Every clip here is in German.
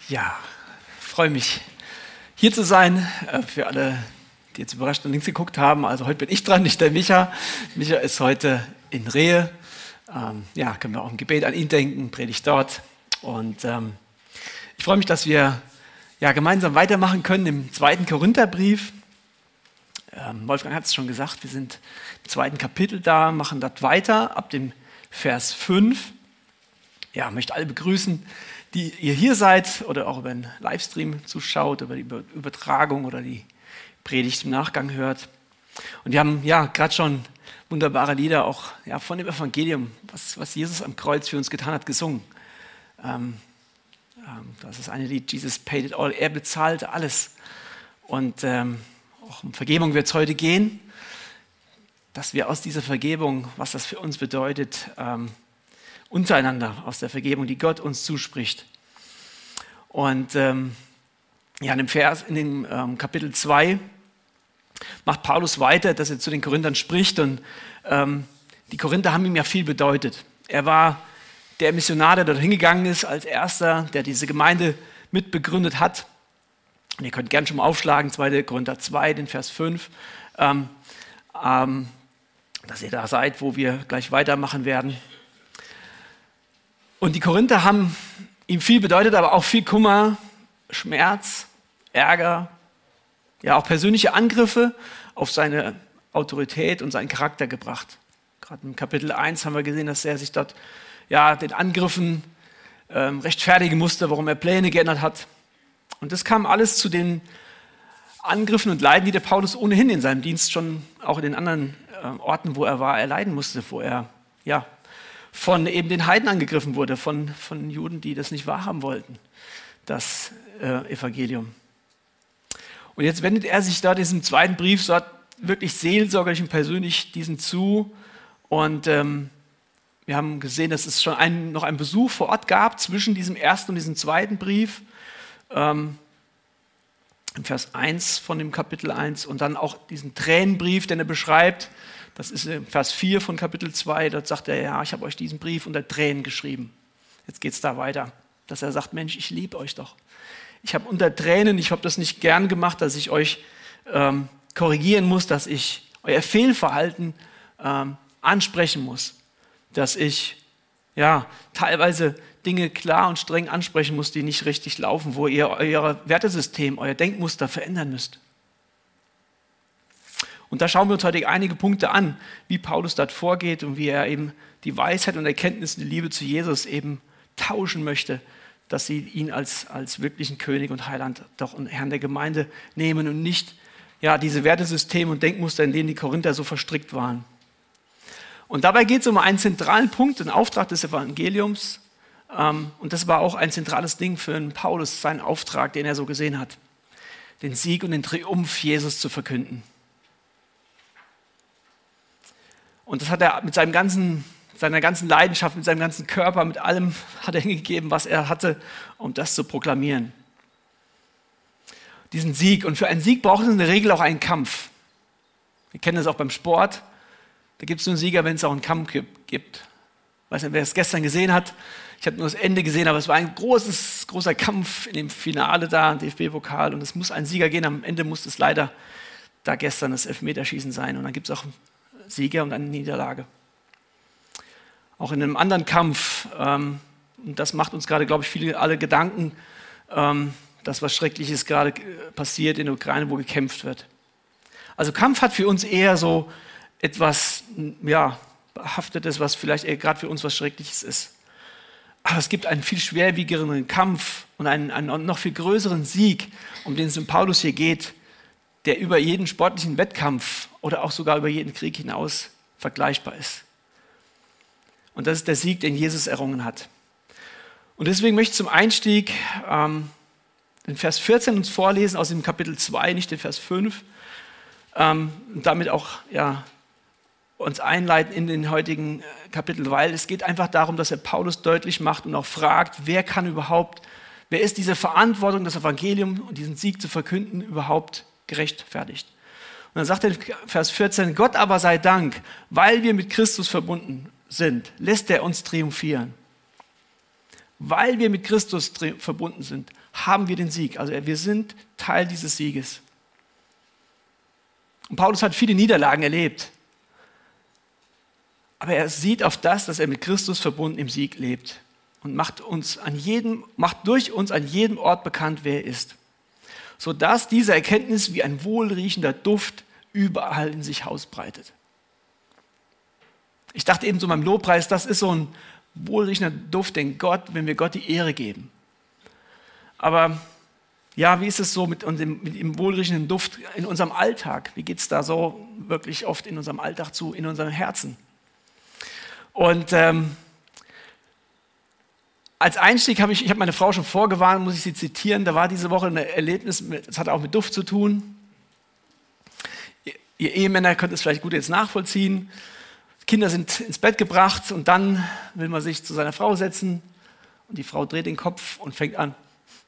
Ja, freue mich, hier zu sein. Für alle, die jetzt überrascht und links geguckt haben, also heute bin ich dran, nicht der Micha. Micha ist heute in Rehe. Können wir auch im Gebet an ihn denken, predigt dort. Und ich freue mich, dass wir gemeinsam weitermachen können im 2. Korintherbrief. Wolfgang hat es schon gesagt, wir sind im 2. Kapitel da, machen dort weiter ab dem Vers 5. Ja, möchte alle begrüßen, die ihr hier seid oder auch über den Livestream zuschaut, über die Übertragung oder die Predigt im Nachgang hört. Und wir haben gerade schon wunderbare Lieder auch von dem Evangelium, was Jesus am Kreuz für uns getan hat, gesungen. Das ist eine Lied, Jesus paid it all, er bezahlt alles. Und auch um Vergebung wird es heute gehen, dass wir aus dieser Vergebung, was das für uns bedeutet, untereinander, aus der Vergebung, die Gott uns zuspricht. Und in dem Kapitel 2 macht Paulus weiter, dass er zu den Korinthern spricht. Und die Korinther haben ihm ja viel bedeutet. Er war der Missionar, der dort hingegangen ist als Erster, der diese Gemeinde mitbegründet hat. Und ihr könnt gerne schon mal aufschlagen, 2. Korinther 2, den Vers 5, dass ihr da seid, wo wir gleich weitermachen werden. Und die Korinther haben ihm viel bedeutet, aber auch viel Kummer, Schmerz, Ärger, auch persönliche Angriffe auf seine Autorität und seinen Charakter gebracht. Gerade im Kapitel 1 haben wir gesehen, dass er sich dort den Angriffen rechtfertigen musste, warum er Pläne geändert hat. Und das kam alles zu den Angriffen und Leiden, die der Paulus ohnehin in seinem Dienst schon auch in den anderen Orten, wo er war, erleiden musste, wo er von eben den Heiden angegriffen wurde, von Juden, die das nicht wahrhaben wollten, das Evangelium. Und jetzt wendet er sich da diesem 2. Brief so wirklich seelsorgerlich und persönlich diesen zu. Und wir haben gesehen, dass es schon noch einen Besuch vor Ort gab zwischen diesem 1. und diesem 2. Brief. Im Vers 1 von dem Kapitel 1 und dann auch diesen Tränenbrief, den er beschreibt. Das ist im Vers 4 von Kapitel 2, dort sagt er, ich habe euch diesen Brief unter Tränen geschrieben. Jetzt geht es da weiter, dass er sagt, Mensch, ich liebe euch doch. Ich habe unter Tränen, ich habe das nicht gern gemacht, dass ich euch korrigieren muss, dass ich euer Fehlverhalten ansprechen muss, dass ich teilweise Dinge klar und streng ansprechen muss, die nicht richtig laufen, wo ihr euer Wertesystem, euer Denkmuster verändern müsst. Und da schauen wir uns heute einige Punkte an, wie Paulus dort vorgeht und wie er eben die Weisheit und Erkenntnis und die Liebe zu Jesus eben tauschen möchte, dass sie ihn als wirklichen König und Heiland doch und Herrn der Gemeinde nehmen und nicht diese Wertesysteme und Denkmuster, in denen die Korinther so verstrickt waren. Und dabei geht es um einen zentralen Punkt, den Auftrag des Evangeliums. Und das war auch ein zentrales Ding für den Paulus, seinen Auftrag, den er so gesehen hat, den Sieg und den Triumph Jesus zu verkünden. Und das hat er mit seiner ganzen Leidenschaft, mit seinem ganzen Körper, mit allem hat er hingegeben, was er hatte, um das zu proklamieren. Diesen Sieg. Und für einen Sieg braucht es in der Regel auch einen Kampf. Wir kennen das auch beim Sport. Da gibt es nur einen Sieger, wenn es auch einen Kampf gibt. Ich weiß nicht, wer es gestern gesehen hat. Ich habe nur das Ende gesehen, aber es war ein großer Kampf in dem Finale da, im DFB-Pokal. Und es muss einen Sieger gehen. Am Ende muss es leider da gestern das Elfmeterschießen sein. Und dann gibt es auch Sieger und eine Niederlage. Auch in einem anderen Kampf, und das macht uns gerade, glaube ich, alle Gedanken, dass was Schreckliches gerade passiert in der Ukraine, wo gekämpft wird. Also Kampf hat für uns eher so etwas, Behaftetes, was vielleicht gerade für uns was Schreckliches ist. Aber es gibt einen viel schwerwiegenderen Kampf und einen noch viel größeren Sieg, um den es in Paulus hier geht, der über jeden sportlichen Wettkampf oder auch sogar über jeden Krieg hinaus vergleichbar ist. Und das ist der Sieg, den Jesus errungen hat. Und deswegen möchte ich zum Einstieg den Vers 14 uns vorlesen aus dem Kapitel 2, nicht den Vers 5. Und damit auch uns einleiten in den heutigen Kapitel, weil es geht einfach darum, dass er Paulus deutlich macht und auch fragt, wer ist diese Verantwortung, das Evangelium und diesen Sieg zu verkünden, überhaupt gerechtfertigt. Und dann sagt er in Vers 14, Gott aber sei Dank, weil wir mit Christus verbunden sind, lässt er uns triumphieren. Weil wir mit Christus verbunden sind, haben wir den Sieg. Also wir sind Teil dieses Sieges. Und Paulus hat viele Niederlagen erlebt. Aber er sieht auf das, dass er mit Christus verbunden im Sieg lebt und macht durch uns an jedem Ort bekannt, wer er ist. Sodass diese Erkenntnis wie ein wohlriechender Duft überall in sich ausbreitet. Ich dachte eben so beim Lobpreis, das ist so ein wohlriechender Duft, wenn wir Gott die Ehre geben. Aber ja, wie ist es so mit dem wohlriechenden Duft in unserem Alltag? Wie geht es da so wirklich oft in unserem Alltag zu, in unserem Herzen? Und als Einstieg habe ich meine Frau schon vorgewarnt, muss ich sie zitieren, da war diese Woche ein Erlebnis, das hat auch mit Duft zu tun. Ihr Ehemänner könnt es vielleicht gut jetzt nachvollziehen. Kinder sind ins Bett gebracht und dann will man sich zu seiner Frau setzen und die Frau dreht den Kopf und fängt an.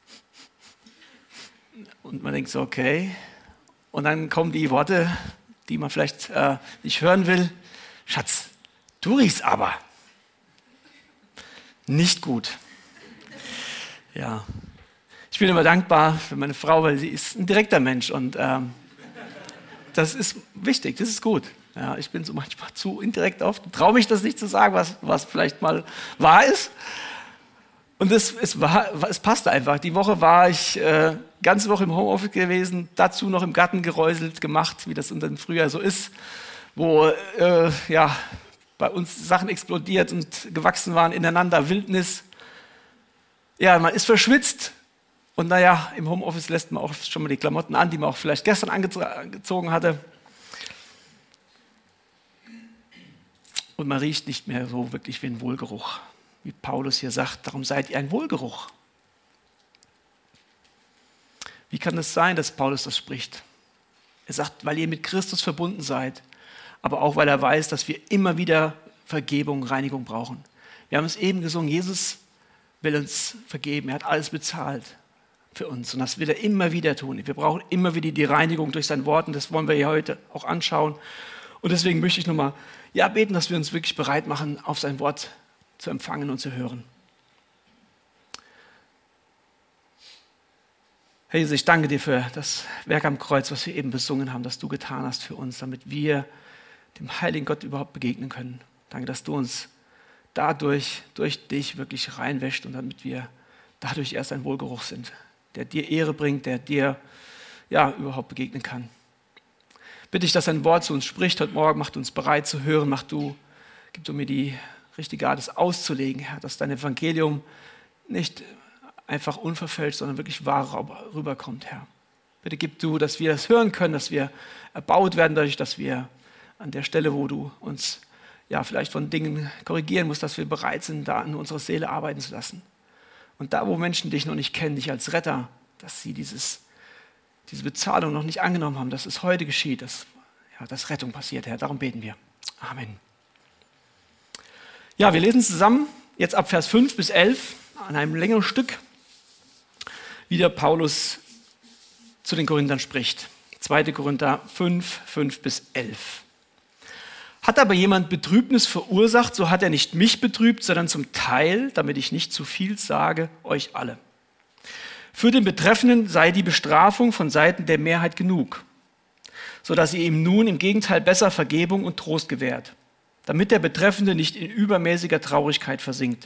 Und man denkt so, okay. Und dann kommen die Worte, die man vielleicht nicht hören will. Schatz, du riechst aber nicht gut. Ja, ich bin immer dankbar für meine Frau, weil sie ist ein direkter Mensch und das ist wichtig, das ist gut. Ja, ich bin so manchmal zu indirekt oft, traue mich das nicht zu sagen, was vielleicht mal wahr ist. Und es passte einfach. Die Woche war ich ganze Woche im Homeoffice gewesen, dazu noch im Garten geräuselt, gemacht, wie das im Frühjahr so ist, wo bei uns Sachen explodiert und gewachsen waren ineinander, Wildnis. Ja, man ist verschwitzt und im Homeoffice lässt man auch schon mal die Klamotten an, die man auch vielleicht gestern angezogen hatte. Und man riecht nicht mehr so wirklich wie ein Wohlgeruch. Wie Paulus hier sagt, darum seid ihr ein Wohlgeruch. Wie kann es sein, dass Paulus das spricht? Er sagt, weil ihr mit Christus verbunden seid, aber auch, weil er weiß, dass wir immer wieder Vergebung, Reinigung brauchen. Wir haben es eben gesungen, Jesus will uns vergeben, er hat alles bezahlt für uns und das will er immer wieder tun. Wir brauchen immer wieder die Reinigung durch sein Wort und das wollen wir ja heute auch anschauen. Und deswegen möchte ich nochmal beten, dass wir uns wirklich bereit machen, auf sein Wort zu empfangen und zu hören. Herr Jesus, ich danke dir für das Werk am Kreuz, was wir eben besungen haben, das du getan hast für uns, damit wir dem heiligen Gott überhaupt begegnen können. Danke, dass du uns durch dich wirklich reinwäscht und damit wir dadurch erst ein Wohlgeruch sind, der dir Ehre bringt, der dir überhaupt begegnen kann. Bitte ich, dass dein Wort zu uns spricht heute Morgen, macht uns bereit zu hören, gib du mir die richtige Art, es auszulegen, Herr, dass dein Evangelium nicht einfach unverfälscht, sondern wirklich wahr rüberkommt, Herr. Bitte gib du, dass wir das hören können, dass wir erbaut werden dadurch, dass wir an der Stelle, wo du uns vielleicht von Dingen korrigieren musst, dass wir bereit sind, da an unserer Seele arbeiten zu lassen. Und da, wo Menschen dich noch nicht kennen, dich als Retter, dass sie diese Bezahlung noch nicht angenommen haben, dass es heute geschieht, dass Rettung passiert, Herr. Darum beten wir. Amen. Ja, wir lesen zusammen jetzt ab Vers 5 bis 11 an einem längeren Stück, wie der Paulus zu den Korinthern spricht. 2. Korinther 5, 5 bis 11. Hat aber jemand Betrübnis verursacht, so hat er nicht mich betrübt, sondern zum Teil, damit ich nicht zu viel sage, euch alle. Für den Betreffenden sei die Bestrafung von Seiten der Mehrheit genug, sodass ihr ihm nun im Gegenteil besser Vergebung und Trost gewährt, damit der Betreffende nicht in übermäßiger Traurigkeit versinkt.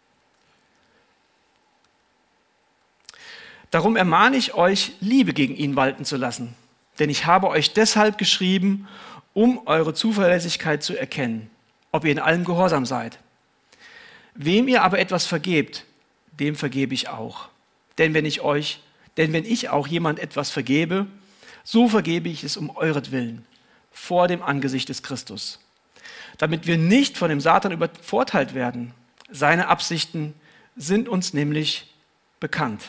Darum ermahne ich euch, Liebe gegen ihn walten zu lassen, denn ich habe euch deshalb geschrieben, um eure Zuverlässigkeit zu erkennen, ob ihr in allem gehorsam seid. Wem ihr aber etwas vergebt, dem vergebe ich auch. Denn wenn ich auch jemand etwas vergebe, so vergebe ich es um euretwillen, vor dem Angesicht des Christus. Damit wir nicht von dem Satan übervorteilt werden. Seine Absichten sind uns nämlich bekannt.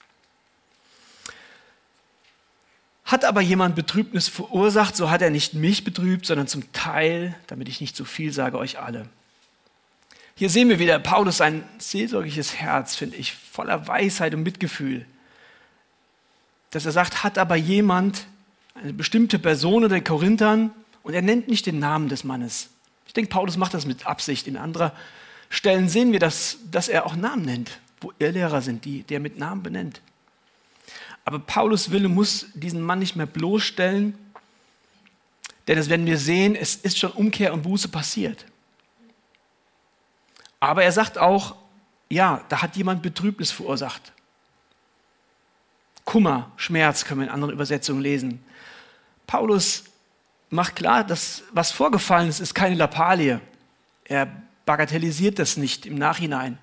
Hat aber jemand Betrübnis verursacht, so hat er nicht mich betrübt, sondern zum Teil, damit ich nicht zu viel sage, euch alle. Hier sehen wir wieder Paulus sein seelsorgliches Herz, finde ich, voller Weisheit und Mitgefühl. Dass er sagt, hat aber jemand, eine bestimmte Person oder Korinthern, und er nennt nicht den Namen des Mannes. Ich denke, Paulus macht das mit Absicht. In anderen Stellen sehen wir, dass er auch Namen nennt, wo Irrlehrer sind, die er mit Namen benennt. Aber Paulus will und muss diesen Mann nicht mehr bloßstellen, denn das werden wir sehen, es ist schon Umkehr und Buße passiert. Aber er sagt auch, ja, da hat jemand Betrübnis verursacht. Kummer, Schmerz können wir in anderen Übersetzungen lesen. Paulus macht klar, dass was vorgefallen ist, ist keine Lappalie. Er bagatellisiert das nicht im Nachhinein.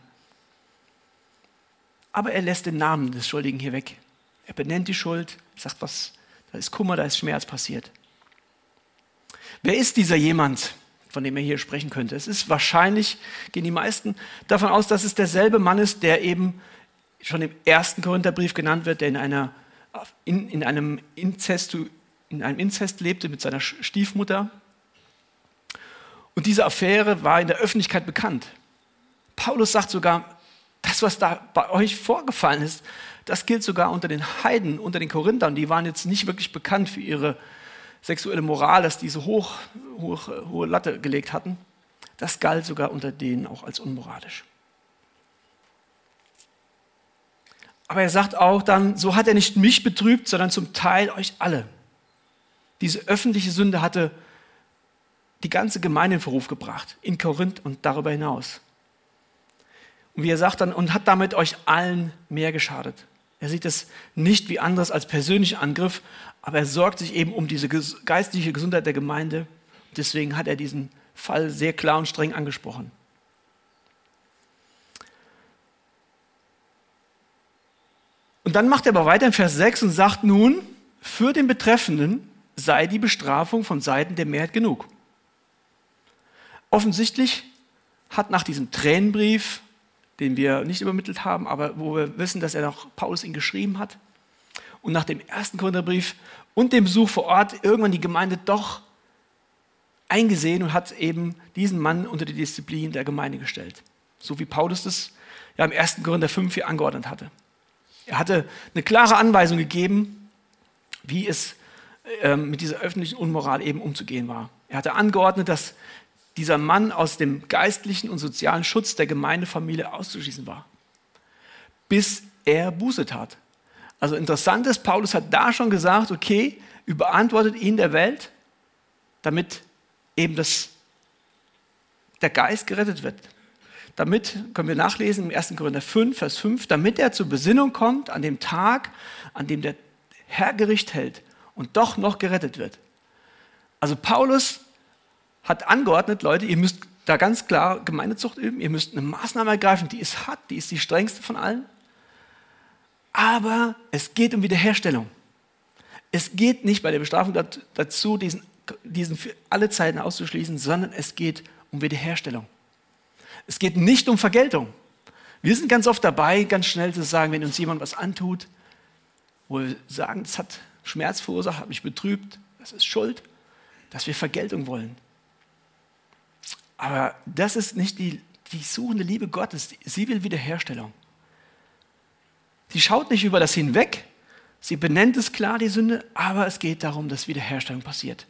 Aber er lässt den Namen des Schuldigen hier weg. Er benennt die Schuld, sagt, da ist Kummer, da ist Schmerz passiert. Wer ist dieser jemand, von dem er hier sprechen könnte? Es ist wahrscheinlich, gehen die meisten davon aus, dass es derselbe Mann ist, der eben schon im 1. Korintherbrief genannt wird, der in einem Inzest lebte mit seiner Stiefmutter. Und diese Affäre war in der Öffentlichkeit bekannt. Paulus sagt sogar, das, was da bei euch vorgefallen ist, das gilt sogar unter den Heiden, unter den Korinthern. Die waren jetzt nicht wirklich bekannt für ihre sexuelle Moral, dass die so hohe Latte gelegt hatten. Das galt sogar unter denen auch als unmoralisch. Aber er sagt auch dann, so hat er nicht mich betrübt, sondern zum Teil euch alle. Diese öffentliche Sünde hatte die ganze Gemeinde in Verruf gebracht, in Korinth und darüber hinaus. Und wie er sagt dann, und hat damit euch allen mehr geschadet. Er sieht es nicht wie anderes als persönlichen Angriff, aber er sorgt sich eben um diese geistliche Gesundheit der Gemeinde. Deswegen hat er diesen Fall sehr klar und streng angesprochen. Und dann macht er aber weiter in Vers 6 und sagt nun, für den Betreffenden sei die Bestrafung von Seiten der Mehrheit genug. Offensichtlich hat nach diesem Tränenbrief, den wir nicht übermittelt haben, aber wo wir wissen, dass Paulus ihn geschrieben hat, und nach dem 1. Korintherbrief und dem Besuch vor Ort irgendwann die Gemeinde doch eingesehen und hat eben diesen Mann unter die Disziplin der Gemeinde gestellt. So wie Paulus das ja im 1. Korinther 5 hier angeordnet hatte. Er hatte eine klare Anweisung gegeben, wie es mit dieser öffentlichen Unmoral eben umzugehen war. Er hatte angeordnet, dass dieser Mann aus dem geistlichen und sozialen Schutz der Gemeindefamilie auszuschließen war, bis er Buße tat. Also interessant ist, Paulus hat da schon gesagt, okay, überantwortet ihn der Welt, damit eben der Geist gerettet wird. Damit, können wir nachlesen im 1. Korinther 5, Vers 5, damit er zur Besinnung kommt an dem Tag, an dem der Herr Gericht hält und doch noch gerettet wird. Also Paulus hat angeordnet, Leute, ihr müsst da ganz klar Gemeindezucht üben, ihr müsst eine Maßnahme ergreifen, die ist hart, die ist die strengste von allen. Aber es geht um Wiederherstellung. Es geht nicht bei der Bestrafung dazu, diesen für alle Zeiten auszuschließen, sondern es geht um Wiederherstellung. Es geht nicht um Vergeltung. Wir sind ganz oft dabei, ganz schnell zu sagen, wenn uns jemand was antut, wo wir sagen, das hat Schmerz verursacht, hat mich betrübt, das ist Schuld, dass wir Vergeltung wollen. Aber das ist nicht die suchende Liebe Gottes. Sie will Wiederherstellung. Sie schaut nicht über das hinweg, sie benennt es klar, die Sünde, aber es geht darum, dass Wiederherstellung passiert.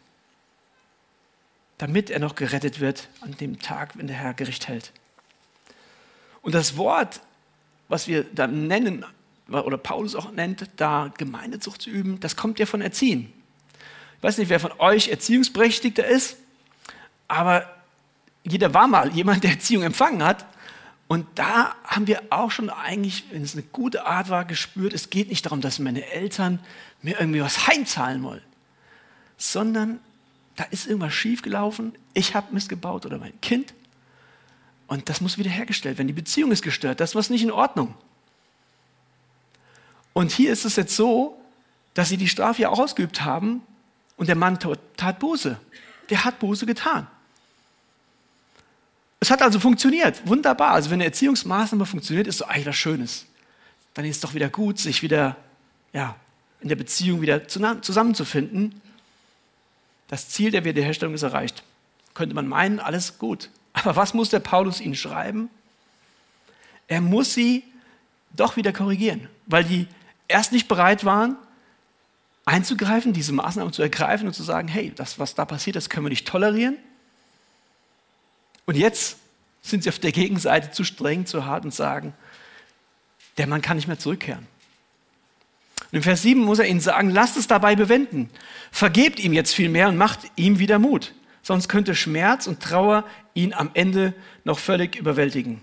Damit er noch gerettet wird an dem Tag, wenn der Herr Gericht hält. Und das Wort, was wir da nennen, oder Paulus auch nennt, da Gemeindezucht zu üben, das kommt ja von Erziehen. Ich weiß nicht, wer von euch Erziehungsberechtigter ist, aber jeder war mal jemand, der Erziehung empfangen hat. Und da haben wir auch schon eigentlich, wenn es eine gute Art war, gespürt, es geht nicht darum, dass meine Eltern mir irgendwie was heimzahlen wollen, sondern da ist irgendwas schiefgelaufen, ich habe Mist gebaut oder mein Kind und das muss wiederhergestellt werden. Die Beziehung ist gestört, das ist was nicht in Ordnung. Und hier ist es jetzt so, dass sie die Strafe ja auch ausgeübt haben und der Mann tat Buße. Der hat Buße getan. Es hat also funktioniert, wunderbar. Also wenn eine Erziehungsmaßnahme funktioniert, ist so eigentlich was Schönes. Dann ist es doch wieder gut, sich wieder in der Beziehung wieder zusammenzufinden. Das Ziel der Wiederherstellung ist erreicht. Könnte man meinen, alles gut. Aber was muss der Paulus ihnen schreiben? Er muss sie doch wieder korrigieren, weil die erst nicht bereit waren, einzugreifen, diese Maßnahmen zu ergreifen und zu sagen, hey, das, was da passiert, das können wir nicht tolerieren. Und jetzt sind sie auf der Gegenseite zu streng, zu hart und sagen, der Mann kann nicht mehr zurückkehren. Und im Vers 7 muss er ihnen sagen, lasst es dabei bewenden. Vergebt ihm jetzt vielmehr und macht ihm wieder Mut. Sonst könnte Schmerz und Trauer ihn am Ende noch völlig überwältigen.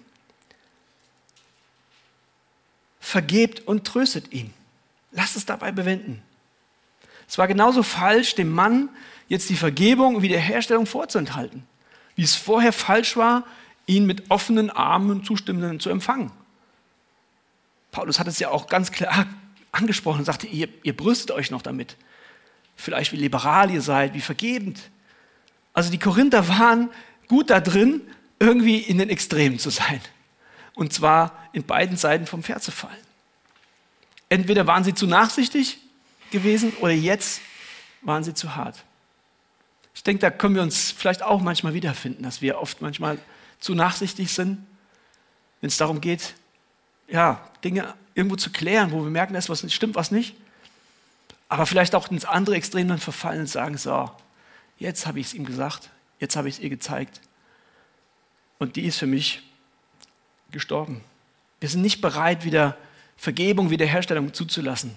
Vergebt und tröstet ihn. Lasst es dabei bewenden. Es war genauso falsch, dem Mann jetzt die Vergebung und Wiederherstellung vorzuenthalten, wie es vorher falsch war, ihn mit offenen Armen und Zustimmenden zu empfangen. Paulus hat es ja auch ganz klar angesprochen und sagte, ihr brüstet euch noch damit. Vielleicht wie liberal ihr seid, wie vergebend. Also die Korinther waren gut da drin, irgendwie in den Extremen zu sein. Und zwar in beiden Seiten vom Pferd zu fallen. Entweder waren sie zu nachsichtig gewesen oder jetzt waren sie zu hart. Ich denke, da können wir uns vielleicht auch manchmal wiederfinden, dass wir oft manchmal zu nachsichtig sind, wenn es darum geht, ja, Dinge irgendwo zu klären, wo wir merken, dass was nicht stimmt, was nicht. Aber vielleicht auch ins andere Extrem dann verfallen und sagen, so, jetzt habe ich es ihm gesagt, jetzt habe ich es ihr gezeigt. Und die ist für mich gestorben. Wir sind nicht bereit, wieder Vergebung, Wiederherstellung zuzulassen.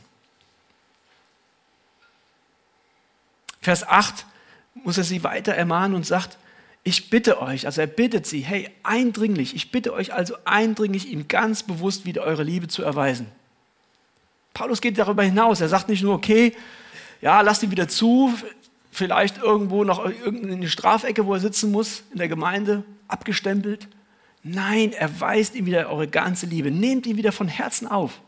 Vers 8 muss er sie weiter ermahnen und sagt, ich bitte euch, also er bittet sie, hey, eindringlich, ich bitte euch also eindringlich, ihm ganz bewusst wieder eure Liebe zu erweisen. Paulus geht darüber hinaus, er sagt nicht nur, okay, ja, lasst ihn wieder zu, vielleicht irgendwo noch in eine Strafecke, wo er sitzen muss, in der Gemeinde, abgestempelt. Nein, erweist ihm wieder eure ganze Liebe, nehmt ihn wieder von Herzen auf.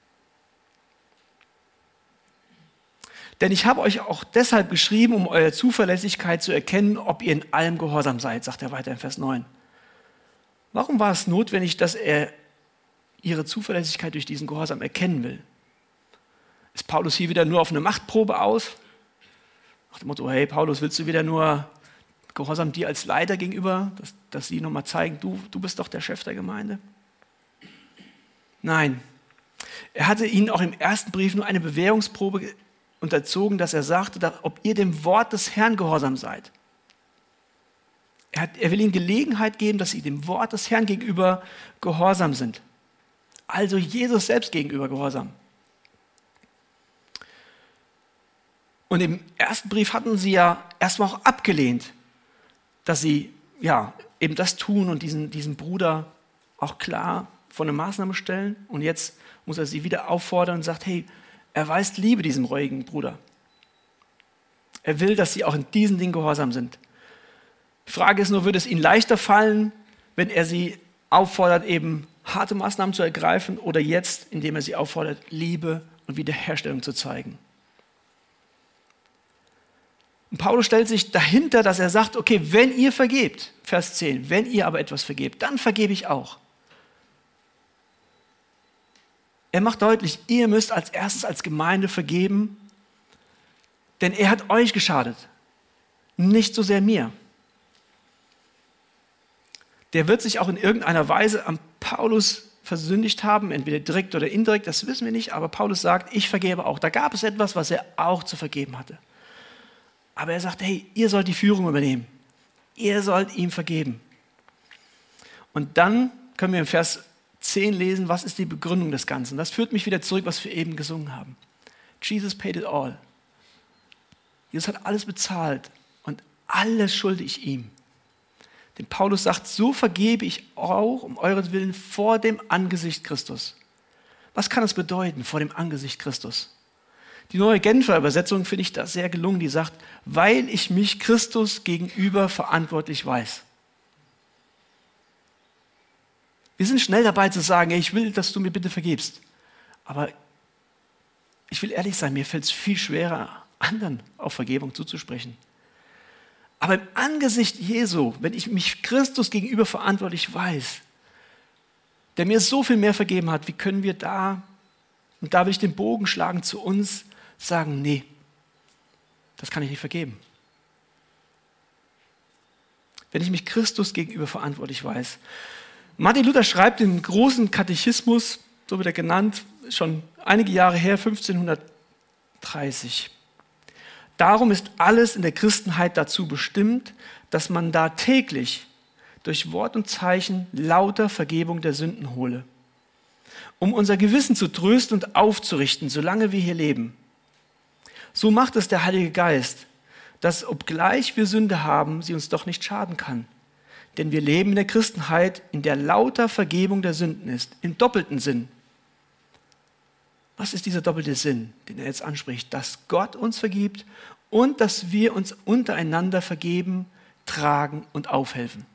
Denn ich habe euch auch deshalb geschrieben, um eure Zuverlässigkeit zu erkennen, ob ihr in allem gehorsam seid, sagt er weiter in Vers 9. Warum war es notwendig, dass er ihre Zuverlässigkeit durch diesen Gehorsam erkennen will? Ist Paulus hier wieder nur auf eine Machtprobe aus? Nach dem Motto, hey Paulus, willst du wieder nur Gehorsam dir als Leiter gegenüber, dass sie nochmal zeigen, du bist doch der Chef der Gemeinde? Nein, er hatte ihnen auch im ersten Brief nur eine Bewährungsprobe unterzogen, dass er sagte, ob ihr dem Wort des Herrn gehorsam seid. Er will ihnen Gelegenheit geben, dass sie dem Wort des Herrn gegenüber gehorsam sind. Also Jesus selbst gegenüber gehorsam. Und im ersten Brief hatten sie ja erstmal auch abgelehnt, dass sie ja eben das tun und diesen Bruder auch klar vor eine Maßnahme stellen. Und jetzt muss er sie wieder auffordern und sagt, hey, erweist Liebe diesem reuigen Bruder. Er will, dass sie auch in diesen Dingen gehorsam sind. Die Frage ist nur, würde es ihnen leichter fallen, wenn er sie auffordert, eben harte Maßnahmen zu ergreifen oder jetzt, indem er sie auffordert, Liebe und Wiederherstellung zu zeigen? Und Paulus stellt sich dahinter, dass er sagt, okay, wenn ihr vergebt, Vers 10, wenn ihr aber etwas vergebt, dann vergebe ich auch. Er macht deutlich, ihr müsst als erstes als Gemeinde vergeben, denn er hat euch geschadet, nicht so sehr mir. Der wird sich auch in irgendeiner Weise am Paulus versündigt haben, entweder direkt oder indirekt, das wissen wir nicht, aber Paulus sagt, ich vergebe auch. Da gab es etwas, was er auch zu vergeben hatte. Aber er sagt, hey, ihr sollt die Führung übernehmen. Ihr sollt ihm vergeben. Und dann können wir im Vers 10 lesen, was ist die Begründung des Ganzen. Das führt mich wieder zurück, was wir eben gesungen haben. Jesus paid it all. Jesus hat alles bezahlt und alles schulde ich ihm. Denn Paulus sagt, so vergebe ich auch um euretwillen vor dem Angesicht Christus. Was kann das bedeuten, vor dem Angesicht Christus? Die neue Genfer Übersetzung finde ich da sehr gelungen, die sagt, weil ich mich Christus gegenüber verantwortlich weiß. Wir sind schnell dabei zu sagen, ich will, dass du mir bitte vergibst. Aber ich will ehrlich sein, mir fällt es viel schwerer, anderen auf Vergebung zuzusprechen. Aber im Angesicht Jesu, wenn ich mich Christus gegenüber verantwortlich weiß, der mir so viel mehr vergeben hat, wie können wir da, und da will ich den Bogen schlagen zu uns, sagen, nee, das kann ich nicht vergeben. Wenn ich mich Christus gegenüber verantwortlich weiß. Martin Luther schreibt den großen Katechismus, so wird er genannt, schon einige Jahre her, 1530. Darum ist alles in der Christenheit dazu bestimmt, dass man da täglich durch Wort und Zeichen lauter Vergebung der Sünden hole. um unser Gewissen zu trösten und aufzurichten, solange wir hier leben. So macht es der Heilige Geist, dass obgleich wir Sünde haben, sie uns doch nicht schaden kann. Denn wir leben in der Christenheit, in der lauter Vergebung der Sünden ist, im doppelten Sinn. Was ist dieser doppelte Sinn, den er jetzt anspricht? Dass Gott uns vergibt und dass wir uns untereinander vergeben, tragen und aufhelfen.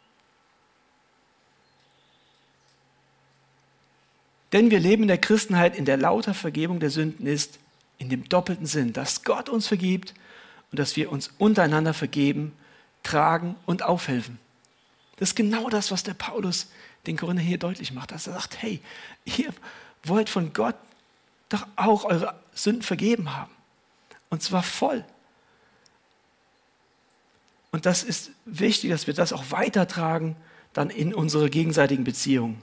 Denn wir leben in der Christenheit, in der lauter Vergebung der Sünden ist, in dem doppelten Sinn, dass Gott uns vergibt und dass wir uns untereinander vergeben, tragen und aufhelfen. Das ist genau das, was der Paulus den Korinthern hier deutlich macht, dass er sagt, hey, ihr wollt von Gott doch auch eure Sünden vergeben haben. Und zwar voll. Und das ist wichtig, dass wir das auch weitertragen, dann in unsere gegenseitigen Beziehungen.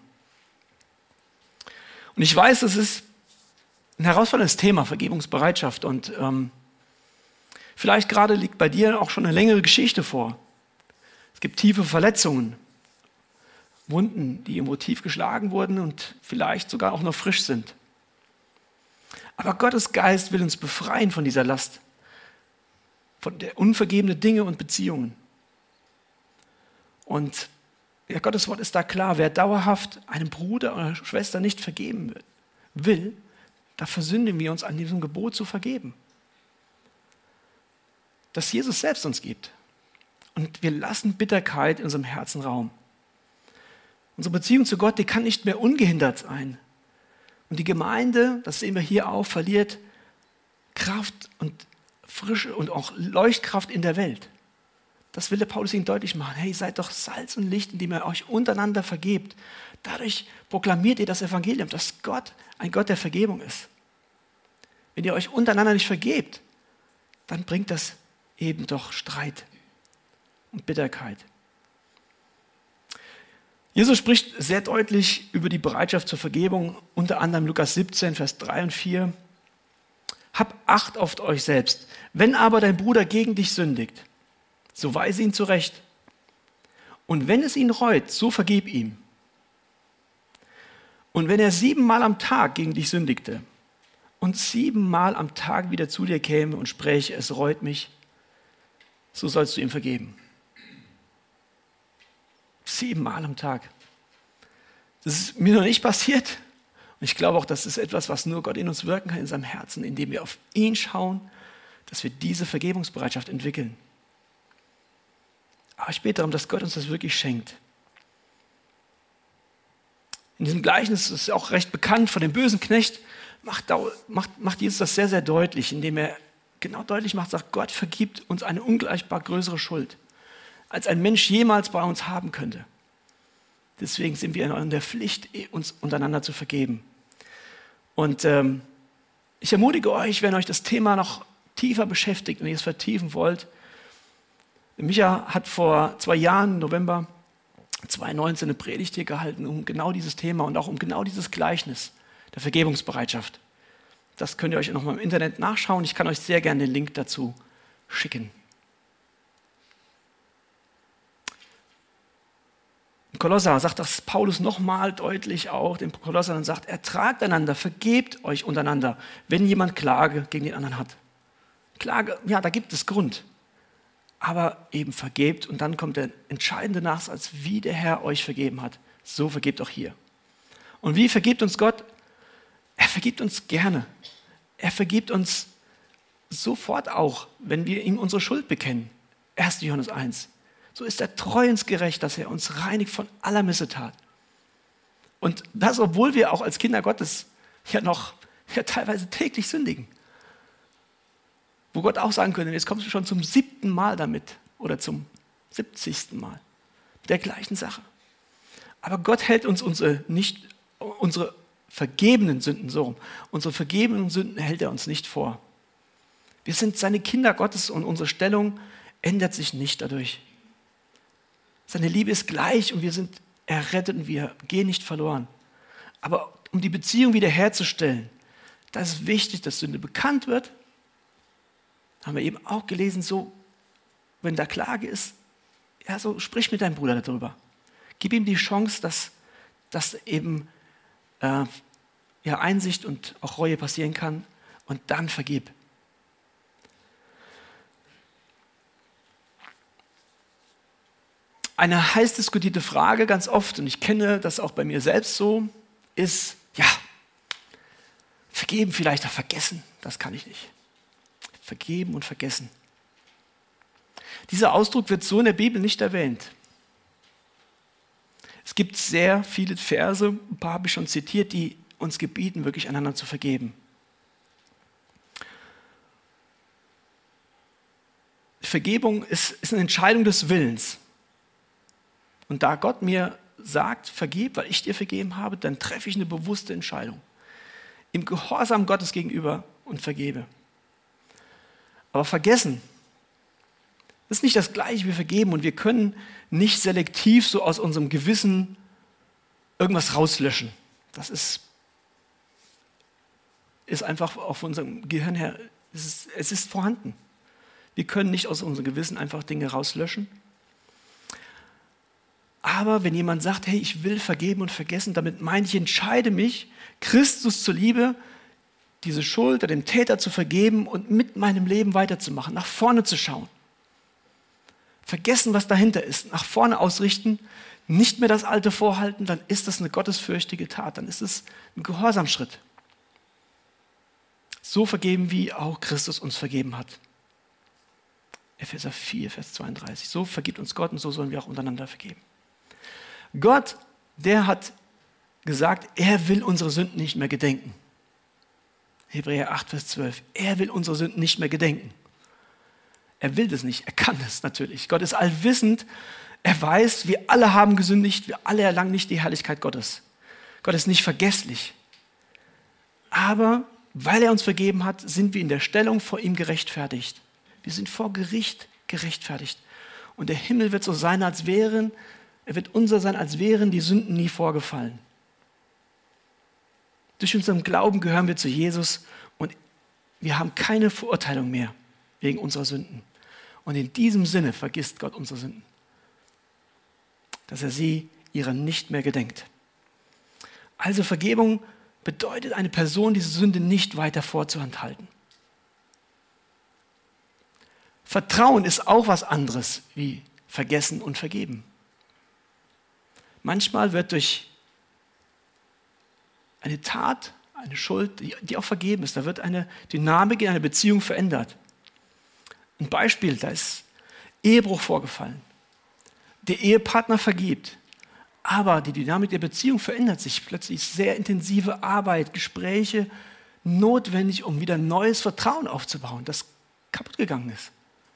Und ich weiß, es ist ein herausforderndes Thema, Vergebungsbereitschaft. Und vielleicht gerade liegt bei dir auch schon eine längere Geschichte vor. Es gibt tiefe Verletzungen, Wunden, die irgendwo tief geschlagen wurden und vielleicht sogar auch noch frisch sind. Aber Gottes Geist will uns befreien von dieser Last, von der unvergebenen Dinge und Beziehungen. Und ja, Gottes Wort ist da klar, wer dauerhaft einem Bruder oder Schwester nicht vergeben will, da versündigen wir uns an diesem Gebot zu vergeben, das Jesus selbst uns gibt. Und wir lassen Bitterkeit in unserem Herzen Raum. Unsere Beziehung zu Gott, die kann nicht mehr ungehindert sein. Und die Gemeinde, das sehen wir hier auch, verliert Kraft und Frische und auch Leuchtkraft in der Welt. Das will der Paulus ihnen deutlich machen. Hey, seid doch Salz und Licht, indem ihr euch untereinander vergebt. Dadurch proklamiert ihr das Evangelium, dass Gott ein Gott der Vergebung ist. Wenn ihr euch untereinander nicht vergebt, dann bringt das eben doch Streit und Bitterkeit. Jesus spricht sehr deutlich über die Bereitschaft zur Vergebung, unter anderem Lukas 17, Vers 3 und 4. Hab Acht auf euch selbst. Wenn aber dein Bruder gegen dich sündigt, so weise ihn zurecht. Und wenn es ihn reut, so vergib ihm. Und wenn er 7-mal am Tag gegen dich sündigte und 7-mal am Tag wieder zu dir käme und spräche, es reut mich, so sollst du ihm vergeben. 7-mal am Tag. Das ist mir noch nicht passiert. Und ich glaube auch, das ist etwas, was nur Gott in uns wirken kann, in seinem Herzen, indem wir auf ihn schauen, dass wir diese Vergebungsbereitschaft entwickeln. Aber ich bete darum, dass Gott uns das wirklich schenkt. In diesem Gleichnis, das ist auch recht bekannt von dem bösen Knecht, macht Jesus das sehr, sehr deutlich, indem er genau deutlich macht, sagt, Gott vergibt uns eine ungleichbar größere Schuld, als ein Mensch jemals bei uns haben könnte. Deswegen sind wir in der Pflicht, uns untereinander zu vergeben. Und ich ermutige euch, wenn euch das Thema noch tiefer beschäftigt und ihr es vertiefen wollt, Micha hat vor 2 Jahren, November 2019, eine Predigt hier gehalten um genau dieses Thema und auch um genau dieses Gleichnis der Vergebungsbereitschaft. Das könnt ihr euch nochmal im Internet nachschauen. Ich kann euch sehr gerne den Link dazu schicken. Im Kolosser sagt das Paulus nochmal deutlich auch, den Kolossern sagt, ertragt einander, vergebt euch untereinander, wenn jemand Klage gegen den anderen hat. Klage, ja, da gibt es Grund. Aber eben vergebt und dann kommt der entscheidende Nachsatz, wie der Herr euch vergeben hat. So vergebt auch hier. Und wie vergibt uns Gott? Er vergibt uns gerne. Er vergibt uns sofort auch, wenn wir ihm unsere Schuld bekennen. 1. Johannes 1. So ist er treu und gerecht, dass er uns reinigt von aller Missetat. Und das, obwohl wir auch als Kinder Gottes teilweise täglich sündigen. Wo Gott auch sagen könnte, jetzt kommst du schon zum 7. Mal damit oder zum 70. Mal. Mit der gleichen Sache. Aber Gott hält uns unsere vergebenen Sünden unsere vergebenen Sünden hält er uns nicht vor. Wir sind seine Kinder Gottes und unsere Stellung ändert sich nicht dadurch. Seine Liebe ist gleich und wir sind errettet und wir gehen nicht verloren. Aber um die Beziehung wiederherzustellen, da ist wichtig, dass Sünde bekannt wird. Haben wir eben auch gelesen, so, wenn da Klage ist, ja, so sprich mit deinem Bruder darüber. Gib ihm die Chance, dass eben Einsicht und auch Reue passieren kann. Und dann vergib. Eine heiß diskutierte Frage ganz oft, und ich kenne das auch bei mir selbst so, ist, vergeben vielleicht, auch vergessen, das kann ich nicht. Vergeben und vergessen. Dieser Ausdruck wird so in der Bibel nicht erwähnt. Es gibt sehr viele Verse, ein paar habe ich schon zitiert, die uns gebieten, wirklich einander zu vergeben. Vergebung ist eine Entscheidung des Willens. Und da Gott mir sagt, vergib, weil ich dir vergeben habe, dann treffe ich eine bewusste Entscheidung. Im Gehorsam Gottes gegenüber und vergebe. Aber vergessen, das ist nicht das Gleiche wie vergeben. Und wir können nicht selektiv so aus unserem Gewissen irgendwas rauslöschen. Das ist einfach auf unserem Gehirn her, es ist vorhanden. Wir können nicht aus unserem Gewissen einfach Dinge rauslöschen. Aber wenn jemand sagt, hey, ich will vergeben und vergessen, damit meine ich, entscheide mich, Christus zuliebe, diese Schuld oder dem Täter zu vergeben und mit meinem Leben weiterzumachen, nach vorne zu schauen. Vergessen, was dahinter ist, nach vorne ausrichten, nicht mehr das Alte vorhalten, dann ist das eine gottesfürchtige Tat, dann ist es ein Gehorsamschritt. So vergeben, wie auch Christus uns vergeben hat. Epheser 4, Vers 32. So vergibt uns Gott und so sollen wir auch untereinander vergeben. Gott, der hat gesagt, er will unsere Sünden nicht mehr gedenken. Hebräer 8, Vers 12. Er will unsere Sünden nicht mehr gedenken. Er will das nicht, er kann das natürlich. Gott ist allwissend, er weiß, wir alle haben gesündigt, wir alle erlangen nicht die Herrlichkeit Gottes. Gott ist nicht vergesslich. Aber weil er uns vergeben hat, sind wir in der Stellung vor ihm gerechtfertigt. Wir sind vor Gericht gerechtfertigt. Und der Himmel wird so sein, er wird unser sein, als wären die Sünden nie vorgefallen. Durch unseren Glauben gehören wir zu Jesus und wir haben keine Verurteilung mehr wegen unserer Sünden. Und in diesem Sinne vergisst Gott unsere Sünden, dass er ihrer nicht mehr gedenkt. Also Vergebung bedeutet, eine Person diese Sünde nicht weiter vorzuenthalten. Vertrauen ist auch was anderes wie vergessen und vergeben. Manchmal wird durch eine Tat, eine Schuld, die auch vergeben ist, da wird eine Dynamik in einer Beziehung verändert. Ein Beispiel, da ist Ehebruch vorgefallen. Der Ehepartner vergibt, aber die Dynamik der Beziehung verändert sich. Plötzlich ist sehr intensive Arbeit, Gespräche notwendig, um wieder neues Vertrauen aufzubauen, das kaputt gegangen ist.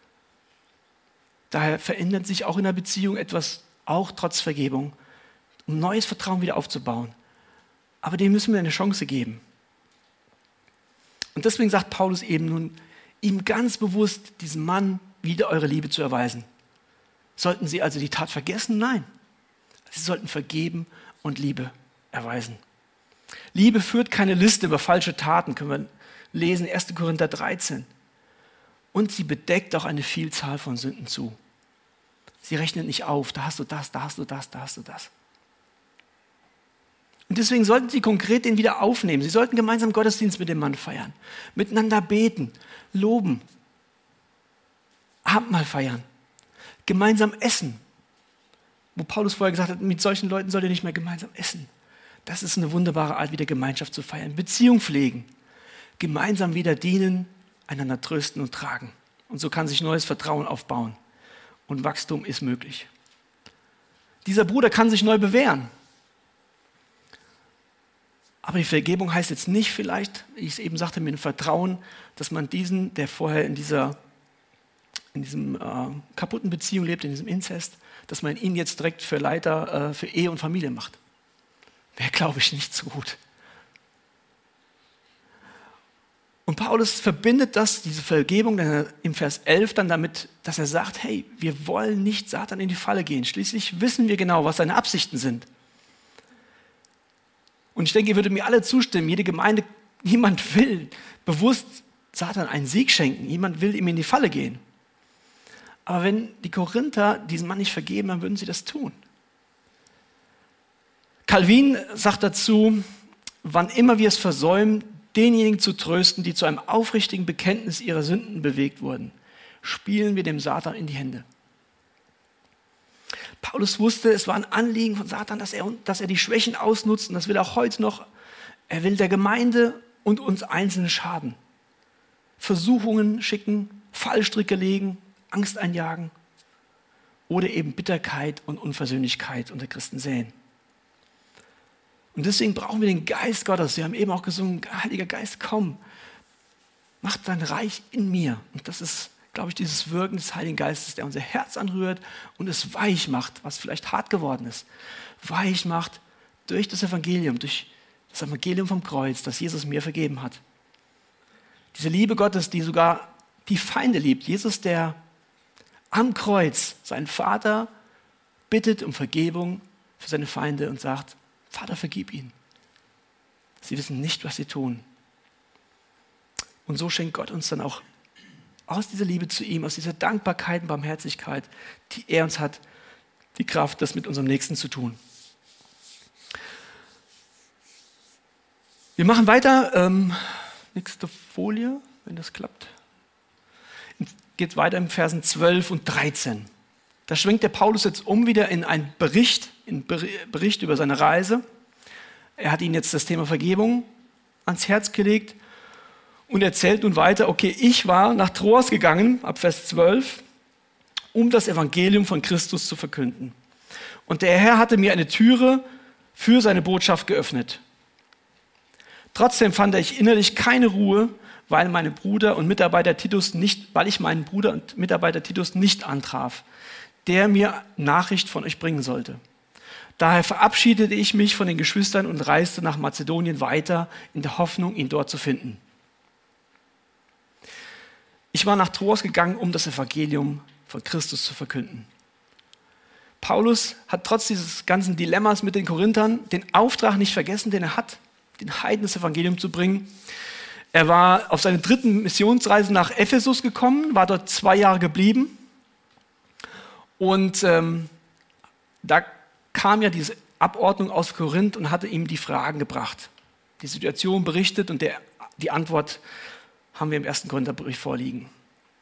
Daher verändert sich auch in der Beziehung etwas, auch trotz Vergebung, um neues Vertrauen wieder aufzubauen. Aber dem müssen wir eine Chance geben. Und deswegen sagt Paulus eben nun, ihm ganz bewusst, diesem Mann wieder eure Liebe zu erweisen. Sollten sie also die Tat vergessen? Nein. Sie sollten vergeben und Liebe erweisen. Liebe führt keine Liste über falsche Taten, können wir lesen, 1. Korinther 13. Und sie bedeckt auch eine Vielzahl von Sünden zu. Sie rechnet nicht auf, da hast du das, da hast du das, da hast du das. Und deswegen sollten sie konkret den wieder aufnehmen. Sie sollten gemeinsam Gottesdienst mit dem Mann feiern, miteinander beten, loben, Abendmahl feiern, gemeinsam essen. Wo Paulus vorher gesagt hat, mit solchen Leuten sollt ihr nicht mehr gemeinsam essen. Das ist eine wunderbare Art, wieder Gemeinschaft zu feiern. Beziehung pflegen, gemeinsam wieder dienen, einander trösten und tragen. Und so kann sich neues Vertrauen aufbauen. Und Wachstum ist möglich. Dieser Bruder kann sich neu bewähren. Aber die Vergebung heißt jetzt nicht vielleicht, wie ich es eben sagte, mit dem Vertrauen, dass man diesen, der vorher in diesem kaputten Beziehung lebt, in diesem Inzest, dass man ihn jetzt direkt für Leiter für Ehe und Familie macht. Wäre, glaube ich, nicht so gut. Und Paulus verbindet diese Vergebung im Vers 11 dann damit, dass er sagt, hey, wir wollen nicht Satan in die Falle gehen. Schließlich wissen wir genau, was seine Absichten sind. Und ich denke, ihr würdet mir alle zustimmen, jede Gemeinde, niemand will bewusst Satan einen Sieg schenken, niemand will ihm in die Falle gehen. Aber wenn die Korinther diesen Mann nicht vergeben, dann würden sie das tun. Calvin sagt dazu, wann immer wir es versäumen, denjenigen zu trösten, die zu einem aufrichtigen Bekenntnis ihrer Sünden bewegt wurden, spielen wir dem Satan in die Hände. Paulus wusste, es war ein Anliegen von Satan, dass er die Schwächen ausnutzt, und das will er auch heute noch. Er will der Gemeinde und uns Einzelnen schaden. Versuchungen schicken, Fallstricke legen, Angst einjagen oder eben Bitterkeit und Unversöhnlichkeit unter Christen säen. Und deswegen brauchen wir den Geist Gottes. Wir haben eben auch gesungen, Heiliger Geist, komm, mach dein Reich in mir. Und das ist, glaube ich, dieses Wirken des Heiligen Geistes, der unser Herz anrührt und es weich macht, was vielleicht hart geworden ist. Weich macht durch das Evangelium vom Kreuz, das Jesus mir vergeben hat. Diese Liebe Gottes, die sogar die Feinde liebt. Jesus, der am Kreuz seinen Vater bittet um Vergebung für seine Feinde und sagt, Vater, vergib ihnen. Sie wissen nicht, was sie tun. Und so schenkt Gott uns dann auch aus dieser Liebe zu ihm, aus dieser Dankbarkeit und Barmherzigkeit, die er uns hat, die Kraft, das mit unserem Nächsten zu tun. Wir machen weiter. Nächste Folie, wenn das klappt. Geht weiter im Versen 12 und 13. Da schwenkt der Paulus jetzt wieder in einen Bericht über seine Reise. Er hat ihnen jetzt das Thema Vergebung ans Herz gelegt und erzählt nun weiter, okay, ich war nach Troas gegangen, ab Vers 12, um das Evangelium von Christus zu verkünden. Und der Herr hatte mir eine Türe für seine Botschaft geöffnet. Trotzdem fand ich innerlich keine Ruhe, weil ich meinen Bruder und Mitarbeiter Titus nicht antraf, der mir Nachricht von euch bringen sollte. Daher verabschiedete ich mich von den Geschwistern und reiste nach Mazedonien weiter, in der Hoffnung, ihn dort zu finden. Ich war nach Troas gegangen, um das Evangelium von Christus zu verkünden. Paulus hat trotz dieses ganzen Dilemmas mit den Korinthern den Auftrag nicht vergessen, den er hat, den Heiden das Evangelium zu bringen. Er war auf seine 3. Missionsreise nach Ephesus gekommen, war dort 2 Jahre geblieben. Und da kam ja diese Abordnung aus Korinth und hatte ihm die Fragen gebracht, die Situation berichtet, und die Antwort haben wir im 1. Korintherbrief vorliegen.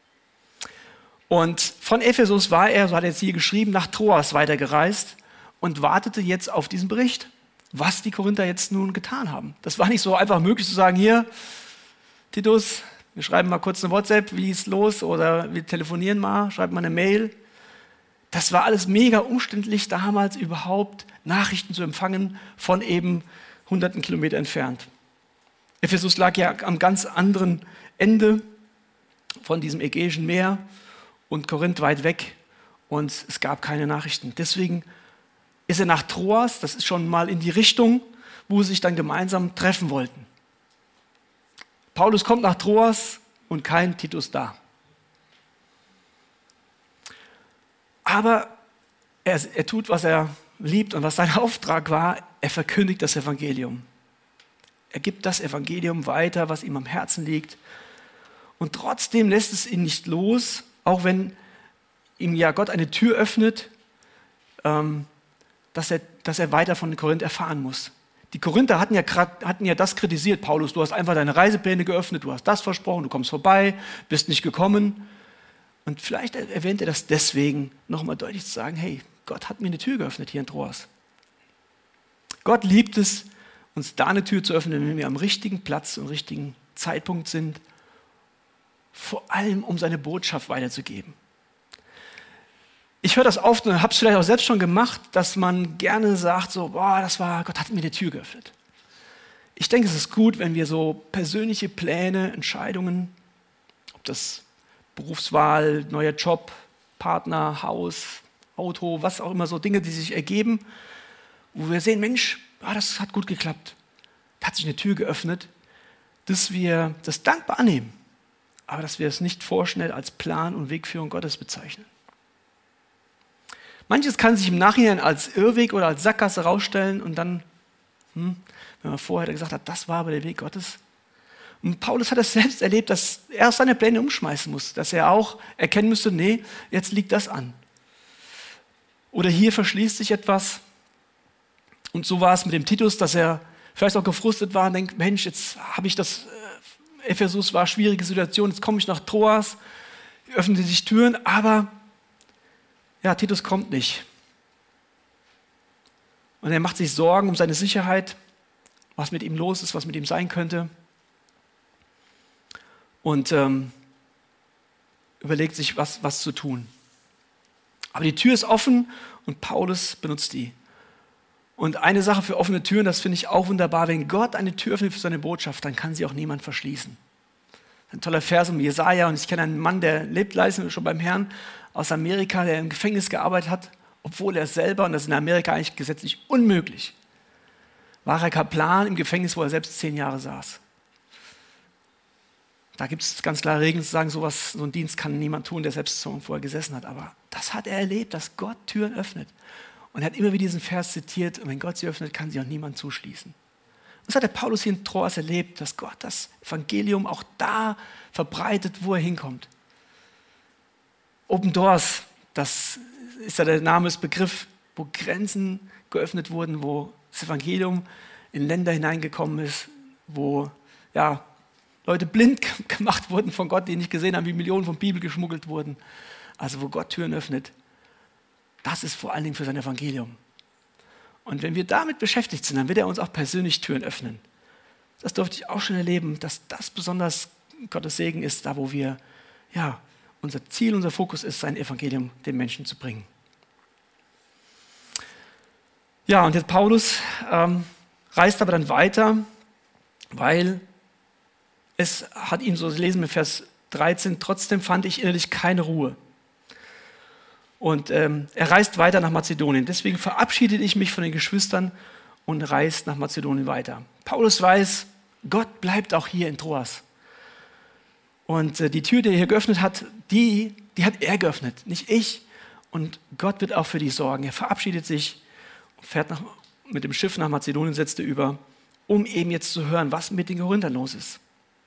Und von Ephesus war er, so hat er jetzt hier geschrieben, nach Troas weitergereist und wartete jetzt auf diesen Bericht, was die Korinther jetzt nun getan haben. Das war nicht so einfach möglich zu sagen, hier, Titus, wir schreiben mal kurz eine WhatsApp, wie ist los, oder wir telefonieren mal, schreiben mal eine Mail. Das war alles mega umständlich, damals überhaupt Nachrichten zu empfangen von eben hunderten Kilometer entfernt. Ephesus lag ja am ganz anderen Ende von diesem Ägäischen Meer und Korinth weit weg, und es gab keine Nachrichten. Deswegen ist er nach Troas, das ist schon mal in die Richtung, wo sie sich dann gemeinsam treffen wollten. Paulus kommt nach Troas und kein Titus da. Aber er tut, was er liebt und was sein Auftrag war, er verkündigt das Evangelium. Er gibt das Evangelium weiter, was ihm am Herzen liegt. Und trotzdem lässt es ihn nicht los, auch wenn ihm ja Gott eine Tür öffnet, dass er weiter von Korinth erfahren muss. Die Korinther hatten ja das kritisiert, Paulus, du hast einfach deine Reisepläne geöffnet, du hast das versprochen, du kommst vorbei, bist nicht gekommen. Und vielleicht erwähnt er das deswegen, nochmal deutlich zu sagen, hey, Gott hat mir eine Tür geöffnet hier in Troas. Gott liebt es, uns da eine Tür zu öffnen, wenn wir am richtigen Platz und richtigen Zeitpunkt sind, vor allem um seine Botschaft weiterzugeben. Ich höre das oft und habe es vielleicht auch selbst schon gemacht, dass man gerne sagt, so, Gott hat mir die Tür geöffnet. Ich denke, es ist gut, wenn wir so persönliche Pläne, Entscheidungen, ob das Berufswahl, neuer Job, Partner, Haus, Auto, was auch immer, so Dinge, die sich ergeben, wo wir sehen, Mensch, das hat gut geklappt. Da hat sich eine Tür geöffnet, dass wir das dankbar annehmen, aber dass wir es nicht vorschnell als Plan und Wegführung Gottes bezeichnen. Manches kann sich im Nachhinein als Irrweg oder als Sackgasse herausstellen und dann, wenn man vorher gesagt hat, das war aber der Weg Gottes. Und Paulus hat es selbst erlebt, dass er seine Pläne umschmeißen muss, dass er auch erkennen müsste, nee, jetzt liegt das an. Oder hier verschließt sich etwas. Und so war es mit dem Titus, dass er vielleicht auch gefrustet war und denkt, Mensch, jetzt habe ich das, Ephesus war eine schwierige Situation, jetzt komme ich nach Troas, öffnen sich Türen, aber ja, Titus kommt nicht. Und er macht sich Sorgen um seine Sicherheit, was mit ihm los ist, was mit ihm sein könnte. Und überlegt sich, was zu tun. Aber die Tür ist offen und Paulus benutzt die. Und eine Sache für offene Türen, das finde ich auch wunderbar, wenn Gott eine Tür öffnet für seine Botschaft, dann kann sie auch niemand verschließen. Ein toller Vers um Jesaja, und ich kenne einen Mann, der lebt leise schon beim Herrn aus Amerika, der im Gefängnis gearbeitet hat, obwohl er selber, und das ist in Amerika eigentlich gesetzlich unmöglich, war er Kaplan im Gefängnis, wo er selbst 10 Jahre saß. Da gibt es ganz klare Regeln zu sagen, so einen Dienst kann niemand tun, der selbst so vorher gesessen hat. Aber das hat er erlebt, dass Gott Türen öffnet. Und er hat immer wieder diesen Vers zitiert, und wenn Gott sie öffnet, kann sie auch niemand zuschließen. Und das hat der Paulus hier in Troas erlebt, dass Gott das Evangelium auch da verbreitet, wo er hinkommt. Open Doors, das ist ja der Name des Begriff, wo Grenzen geöffnet wurden, wo das Evangelium in Länder hineingekommen ist, wo ja, Leute blind gemacht wurden von Gott, die nicht gesehen haben, wie Millionen von Bibel geschmuggelt wurden. Also wo Gott Türen öffnet, das ist vor allen Dingen für sein Evangelium. Und wenn wir damit beschäftigt sind, dann wird er uns auch persönlich Türen öffnen. Das durfte ich auch schon erleben, dass das besonders Gottes Segen ist, da wo wir, ja, unser Ziel, unser Fokus ist, sein Evangelium den Menschen zu bringen. Ja, und jetzt Paulus reist aber dann weiter, weil es hat ihn, so lesen wir Vers 13, trotzdem fand ich innerlich keine Ruhe. Und er reist weiter nach Mazedonien. Deswegen verabschiedete ich mich von den Geschwistern und reist nach Mazedonien weiter. Paulus weiß, Gott bleibt auch hier in Troas. Und die Tür, die er hier geöffnet hat, die hat er geöffnet, nicht ich. Und Gott wird auch für die sorgen. Er verabschiedet sich und fährt mit dem Schiff nach Mazedonien, setzte über, um eben jetzt zu hören, was mit den Korinthern los ist.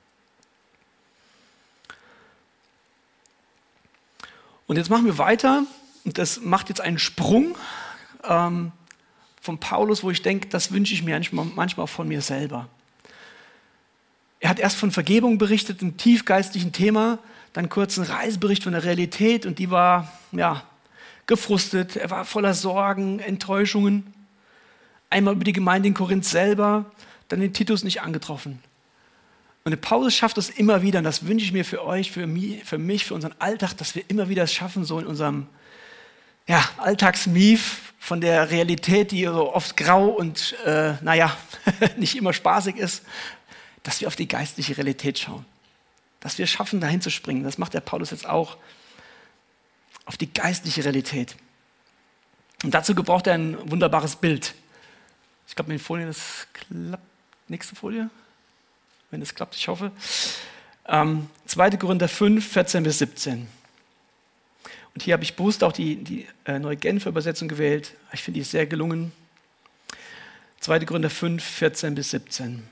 Und jetzt machen wir weiter, und das macht jetzt einen Sprung von Paulus, wo ich denke, das wünsche ich mir manchmal auch von mir selber. Er hat erst von Vergebung berichtet, einem tiefgeistlichen Thema, dann kurz einen Reisebericht von der Realität, und die war ja, gefrustet, er war voller Sorgen, Enttäuschungen. Einmal über die Gemeinde in Korinth selber, dann den Titus nicht angetroffen. Und der Paulus schafft es immer wieder, und das wünsche ich mir für euch, für mich, für unseren Alltag, dass wir immer wieder es schaffen, so in unserem Alltagsmief von der Realität, die so oft grau und nicht immer spaßig ist, dass wir auf die geistliche Realität schauen. Dass wir schaffen, dahin zu springen. Das macht der Paulus jetzt auch. Auf die geistliche Realität. Und dazu gebraucht er ein wunderbares Bild. Ich glaube, mit den Folien, das klappt. Nächste Folie. Wenn es klappt, ich hoffe. 2. Korinther 5, 14 bis 17. Und hier habe ich bewusst auch die Neue Genfer Übersetzung gewählt. Ich finde die sehr gelungen. 2. Korinther 5, 14 bis 17.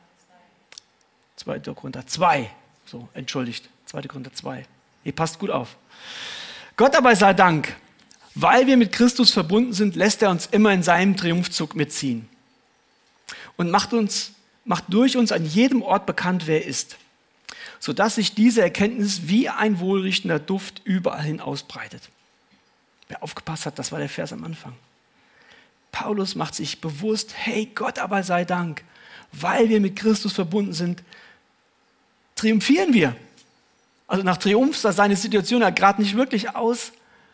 2. Korinther 2. So, entschuldigt. 2. Korinther 2. Ihr passt gut auf. Gott aber sei Dank, weil wir mit Christus verbunden sind, lässt er uns immer in seinem Triumphzug mitziehen. Und macht durch uns an jedem Ort bekannt, wer er ist, sodass sich diese Erkenntnis wie ein wohlriechender Duft überall hin ausbreitet. Wer aufgepasst hat, das war der Vers am Anfang. Paulus macht sich bewusst, hey, Gott aber sei Dank, weil wir mit Christus verbunden sind, triumphieren wir. Also nach Triumph sah seine Situation ja gerade nicht wirklich aus.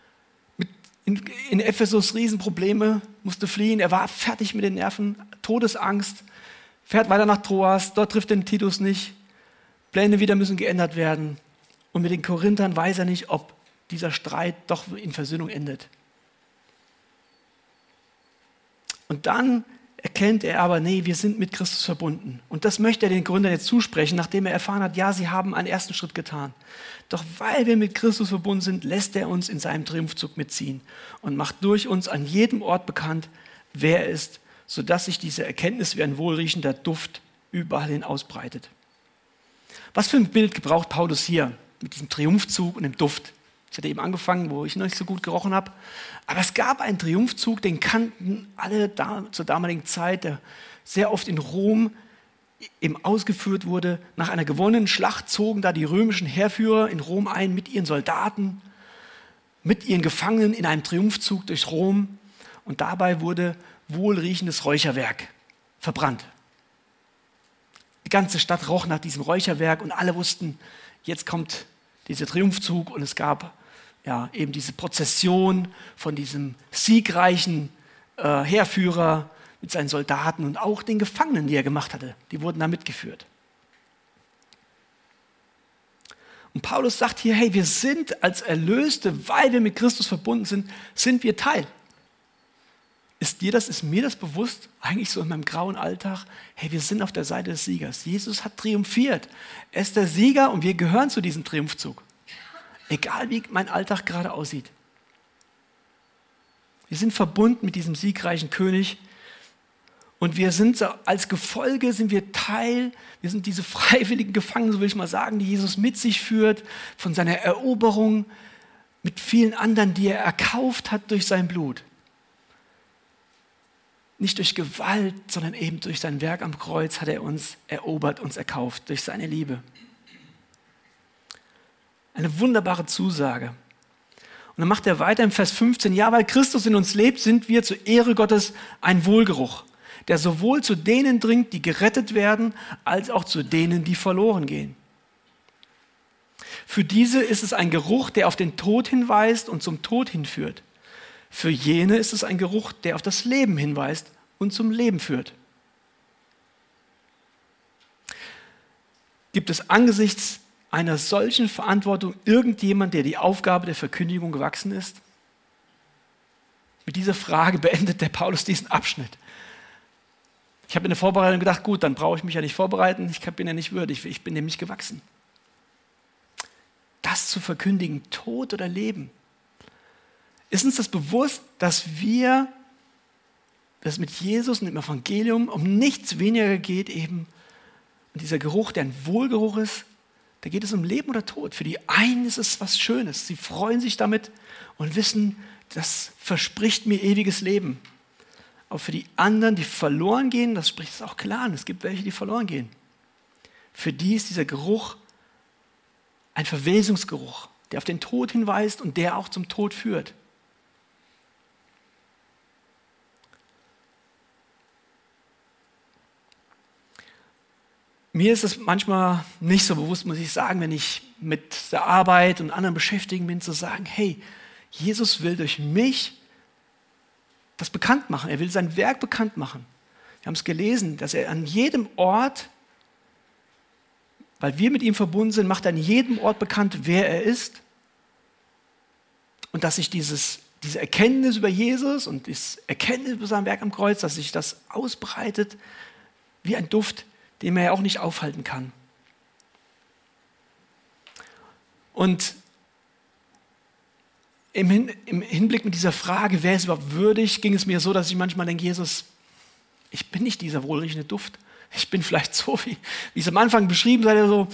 In Ephesus Riesenprobleme, musste fliehen, er war fertig mit den Nerven, Todesangst, fährt weiter nach Troas, dort trifft den Titus nicht, Pläne wieder müssen geändert werden. Und mit den Korinthern weiß er nicht, ob dieser Streit doch in Versöhnung endet. Und dann erkennt er aber, nee, wir sind mit Christus verbunden. Und das möchte er den Korinthern jetzt zusprechen, nachdem er erfahren hat, ja, sie haben einen ersten Schritt getan. Doch weil wir mit Christus verbunden sind, lässt er uns in seinem Triumphzug mitziehen und macht durch uns an jedem Ort bekannt, wer er ist, sodass sich diese Erkenntnis wie ein wohlriechender Duft überall hin ausbreitet. Was für ein Bild gebraucht Paulus hier mit diesem Triumphzug und dem Duft? Ich hatte eben angefangen, wo ich noch nicht so gut gerochen habe. Aber es gab einen Triumphzug, den kannten alle zur damaligen Zeit. Der sehr oft in Rom eben ausgeführt wurde. Nach einer gewonnenen Schlacht zogen da die römischen Heerführer in Rom ein mit ihren Soldaten, mit ihren Gefangenen in einem Triumphzug durch Rom. Und dabei wurde wohlriechendes Räucherwerk verbrannt. Die ganze Stadt roch nach diesem Räucherwerk und alle wussten, jetzt kommt dieser Triumphzug und es gab eben diese Prozession von diesem siegreichen Heerführer mit seinen Soldaten und auch den Gefangenen, die er gemacht hatte. Die wurden da mitgeführt. Und Paulus sagt hier, hey, wir sind als Erlöste, weil wir mit Christus verbunden sind, sind wir Teil. Ist mir das bewusst, eigentlich so in meinem grauen Alltag? Hey, wir sind auf der Seite des Siegers. Jesus hat triumphiert. Er ist der Sieger und wir gehören zu diesem Triumphzug. Egal wie mein Alltag gerade aussieht. Wir sind verbunden mit diesem siegreichen König und wir sind als Gefolge, sind wir Teil, wir sind diese freiwilligen Gefangenen, so will ich mal sagen, die Jesus mit sich führt, von seiner Eroberung mit vielen anderen, die er erkauft hat durch sein Blut. Nicht durch Gewalt, sondern eben durch sein Werk am Kreuz hat er uns erobert, uns erkauft, durch seine Liebe. Eine wunderbare Zusage. Und dann macht er weiter im Vers 15, ja, weil Christus in uns lebt, sind wir zur Ehre Gottes ein Wohlgeruch, der sowohl zu denen dringt, die gerettet werden, als auch zu denen, die verloren gehen. Für diese ist es ein Geruch, der auf den Tod hinweist und zum Tod hinführt. Für jene ist es ein Geruch, der auf das Leben hinweist und zum Leben führt. Gibt es angesichts einer solchen Verantwortung irgendjemand, der die Aufgabe der Verkündigung gewachsen ist? Mit dieser Frage beendet der Paulus diesen Abschnitt. Ich habe in der Vorbereitung gedacht, gut, dann brauche ich mich ja nicht vorbereiten, ich bin ja nicht würdig, ich bin nämlich gewachsen. Das zu verkündigen, Tod oder Leben. Ist uns das bewusst, dass mit Jesus und dem Evangelium um nichts weniger geht, eben und dieser Geruch, der ein Wohlgeruch ist, da geht es um Leben oder Tod. Für die einen ist es was Schönes. Sie freuen sich damit und wissen, das verspricht mir ewiges Leben. Aber für die anderen, die verloren gehen, das spricht es auch klar an. Es gibt welche, die verloren gehen. Für die ist dieser Geruch ein Verwesungsgeruch, der auf den Tod hinweist und der auch zum Tod führt. Mir ist es manchmal nicht so bewusst, muss ich sagen, wenn ich mit der Arbeit und anderen beschäftigt bin, zu sagen, hey, Jesus will durch mich das bekannt machen. Er will sein Werk bekannt machen. Wir haben es gelesen, dass er an jedem Ort, weil wir mit ihm verbunden sind, macht er an jedem Ort bekannt, wer er ist. Und dass sich diese Erkenntnis über Jesus und das Erkenntnis über sein Werk am Kreuz, dass sich das ausbreitet wie ein Duft, den man ja auch nicht aufhalten kann. Und im Hinblick mit dieser Frage, wer ist überhaupt würdig, ging es mir so, dass ich manchmal denke, Jesus, ich bin nicht dieser wohlriechende Duft. Ich bin vielleicht so, wie es am Anfang beschrieben sei, so,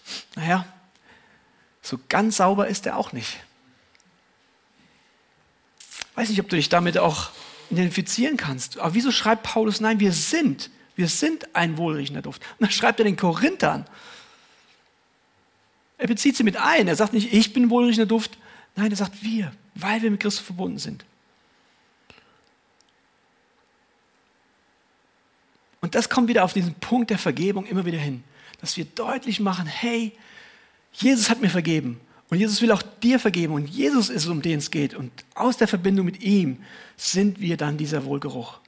so ganz sauber ist er auch nicht. Ich weiß nicht, ob du dich damit auch identifizieren kannst. Aber wieso schreibt Paulus, nein, wir sind ein wohlriechender Duft. Und dann schreibt er den Korinthern. Er bezieht sie mit ein. Er sagt nicht, ich bin ein wohlriechender Duft. Nein, er sagt wir, weil wir mit Christus verbunden sind. Und das kommt wieder auf diesen Punkt der Vergebung immer wieder hin. Dass wir deutlich machen, hey, Jesus hat mir vergeben. Und Jesus will auch dir vergeben. Und Jesus ist es, um den es geht. Und aus der Verbindung mit ihm sind wir dann dieser Wohlgeruch.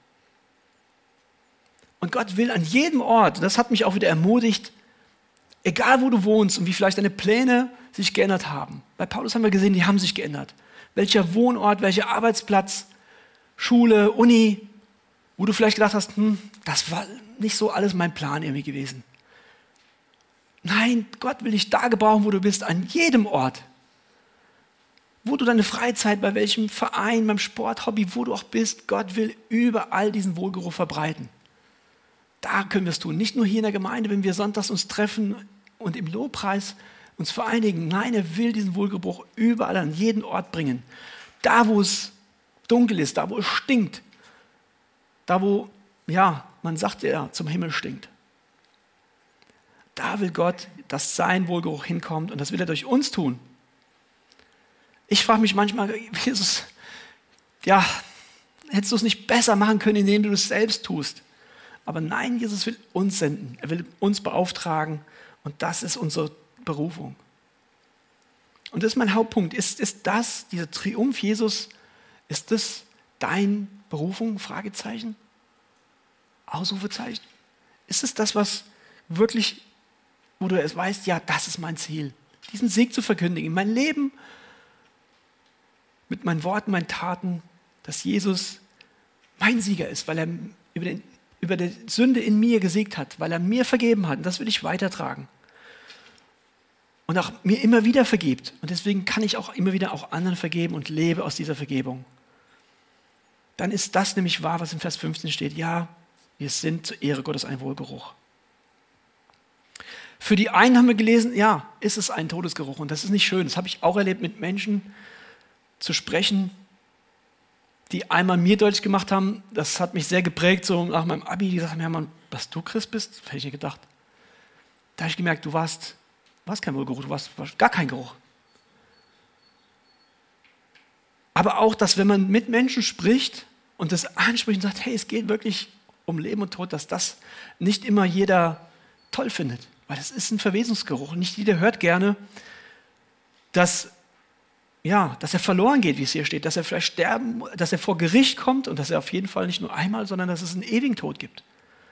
Und Gott will an jedem Ort, das hat mich auch wieder ermutigt, egal wo du wohnst und wie vielleicht deine Pläne sich geändert haben. Bei Paulus haben wir gesehen, die haben sich geändert. Welcher Wohnort, welcher Arbeitsplatz, Schule, Uni, wo du vielleicht gedacht hast, das war nicht so alles mein Plan irgendwie gewesen. Nein, Gott will dich da gebrauchen, wo du bist, an jedem Ort. Wo du deine Freizeit, bei welchem Verein, beim Sport, Hobby, wo du auch bist, Gott will überall diesen Wohlgeruch verbreiten. Da können wir es tun. Nicht nur hier in der Gemeinde, wenn wir sonntags uns treffen und im Lobpreis uns vereinigen. Nein, er will diesen Wohlgeruch überall an jeden Ort bringen. Da, wo es dunkel ist, da, wo es stinkt, da, wo man sagt ja, zum Himmel stinkt. Da will Gott, dass sein Wohlgeruch hinkommt und das will er durch uns tun. Ich frage mich manchmal, Jesus, ja, hättest du es nicht besser machen können, indem du es selbst tust? Aber nein, Jesus will uns senden. Er will uns beauftragen und das ist unsere Berufung. Und das ist mein Hauptpunkt. Ist das, dieser Triumph Jesus, ist das deine Berufung? Fragezeichen? Ausrufezeichen? Ist es das, was wirklich, wo du es weißt, ja, das ist mein Ziel, diesen Sieg zu verkündigen, mein Leben mit meinen Worten, meinen Taten, dass Jesus mein Sieger ist, weil er über die Sünde in mir gesiegt hat, weil er mir vergeben hat. Und das will ich weitertragen. Und auch mir immer wieder vergibt. Und deswegen kann ich auch immer wieder auch anderen vergeben und lebe aus dieser Vergebung. Dann ist das nämlich wahr, was in Vers 15 steht. Ja, wir sind zur Ehre Gottes ein Wohlgeruch. Für die einen haben wir gelesen, ja, ist es ein Todesgeruch. Und das ist nicht schön. Das habe ich auch erlebt, mit Menschen zu sprechen, die einmal mir deutlich gemacht haben, das hat mich sehr geprägt, so nach meinem Abi, die sagten, Hermann, dass du Christ bist, hätte ich nicht gedacht. Da habe ich gemerkt, du warst kein Wohlgeruch, du warst gar kein Geruch. Aber auch, dass wenn man mit Menschen spricht und das anspricht und sagt, hey, es geht wirklich um Leben und Tod, dass das nicht immer jeder toll findet, weil das ist ein Verwesungsgeruch. Nicht jeder hört gerne, dass er verloren geht, wie es hier steht, dass er vielleicht sterben, dass er vor Gericht kommt und dass er auf jeden Fall nicht nur einmal, sondern dass es einen ewigen Tod gibt.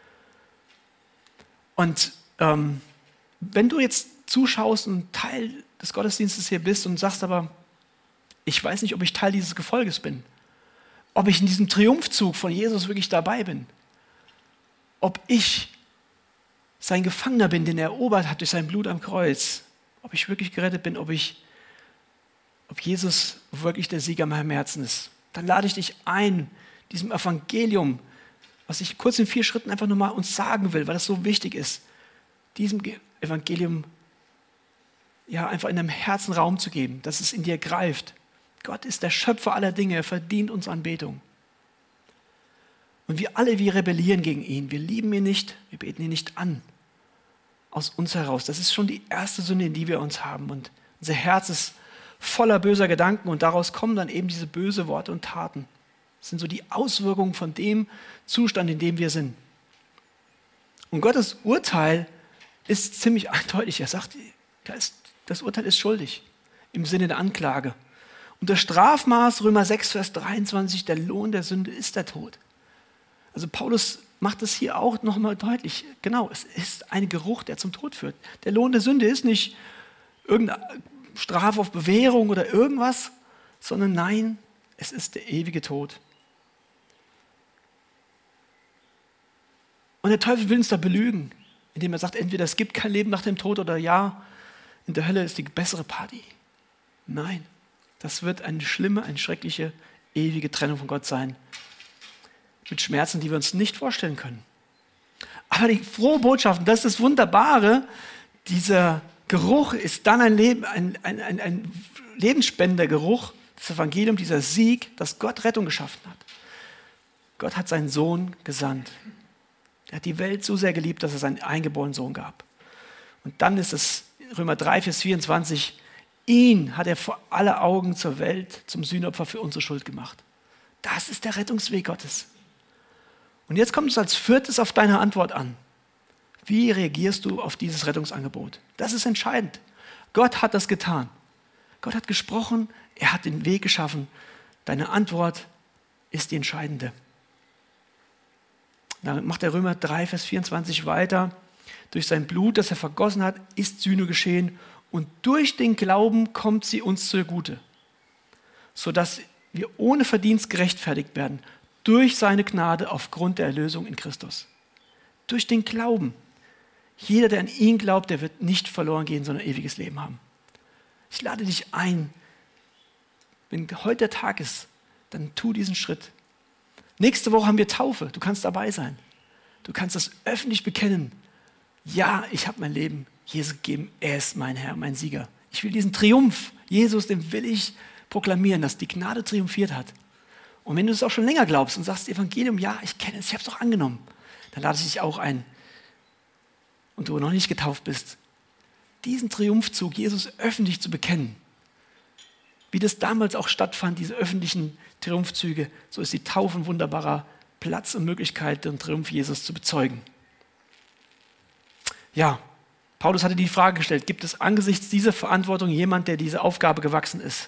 Und wenn du jetzt zuschaust und Teil des Gottesdienstes hier bist und sagst aber, ich weiß nicht, ob ich Teil dieses Gefolges bin, ob ich in diesem Triumphzug von Jesus wirklich dabei bin, ob ich sein Gefangener bin, den er erobert hat durch sein Blut am Kreuz, ob ich wirklich gerettet bin, ob Jesus wirklich der Sieger in meinem Herzen ist, dann lade ich dich ein, diesem Evangelium, was ich kurz in 4 Schritten einfach nochmal uns sagen will, weil das so wichtig ist, diesem Evangelium einfach in deinem Herzen Raum zu geben, dass es in dir greift. Gott ist der Schöpfer aller Dinge, er verdient uns Anbetung. Und wir rebellieren gegen ihn, wir lieben ihn nicht, wir beten ihn nicht an, aus uns heraus. Das ist schon die erste Sünde, in die wir uns haben und unser Herz ist voller böser Gedanken und daraus kommen dann eben diese böse Worte und Taten. Das sind so die Auswirkungen von dem Zustand, in dem wir sind. Und Gottes Urteil ist ziemlich eindeutig. Er sagt, das Urteil ist schuldig im Sinne der Anklage. Und das Strafmaß, Römer 6, Vers 23, der Lohn der Sünde ist der Tod. Also Paulus macht es hier auch nochmal deutlich. Genau, es ist ein Geruch, der zum Tod führt. Der Lohn der Sünde ist nicht irgendeine Strafe auf Bewährung oder irgendwas, sondern nein, es ist der ewige Tod. Und der Teufel will uns da belügen, indem er sagt, entweder es gibt kein Leben nach dem Tod oder ja, in der Hölle ist die bessere Party. Nein, das wird eine schlimme, eine schreckliche, ewige Trennung von Gott sein. Mit Schmerzen, die wir uns nicht vorstellen können. Aber die frohe Botschaft, das ist das Wunderbare, dieser Geruch ist dann ein lebensspendender Geruch, das Evangelium, dieser Sieg, dass Gott Rettung geschaffen hat. Gott hat seinen Sohn gesandt. Er hat die Welt so sehr geliebt, dass er seinen eingeborenen Sohn gab. Und dann ist es Römer 3, Vers 24, ihn hat er vor aller Augen zur Welt zum Sühnopfer für unsere Schuld gemacht. Das ist der Rettungsweg Gottes. Und jetzt kommt es als 4. auf deine Antwort an. Wie reagierst du auf dieses Rettungsangebot? Das ist entscheidend. Gott hat das getan. Gott hat gesprochen, er hat den Weg geschaffen. Deine Antwort ist die entscheidende. Dann macht der Römer 3, Vers 24 weiter. Durch sein Blut, das er vergossen hat, ist Sühne geschehen und durch den Glauben kommt sie uns zugute, sodass wir ohne Verdienst gerechtfertigt werden, durch seine Gnade aufgrund der Erlösung in Christus. Durch den Glauben. Jeder, der an ihn glaubt, der wird nicht verloren gehen, sondern ewiges Leben haben. Ich lade dich ein, wenn heute der Tag ist, dann tu diesen Schritt. Nächste Woche haben wir Taufe, du kannst dabei sein. Du kannst das öffentlich bekennen. Ja, ich habe mein Leben Jesus gegeben, er ist mein Herr, mein Sieger. Ich will diesen Triumph, Jesus, den will ich proklamieren, dass die Gnade triumphiert hat. Und wenn du es auch schon länger glaubst und sagst, Evangelium, ja, ich kenne es, ich habe es doch angenommen, dann lade ich dich auch ein, und du noch nicht getauft bist, diesen Triumphzug Jesus öffentlich zu bekennen. Wie das damals auch stattfand, diese öffentlichen Triumphzüge, so ist die Taufe ein wunderbarer Platz und Möglichkeit, den Triumph Jesus zu bezeugen. Ja, Paulus hatte die Frage gestellt, gibt es angesichts dieser Verantwortung jemand, der diese Aufgabe gewachsen ist?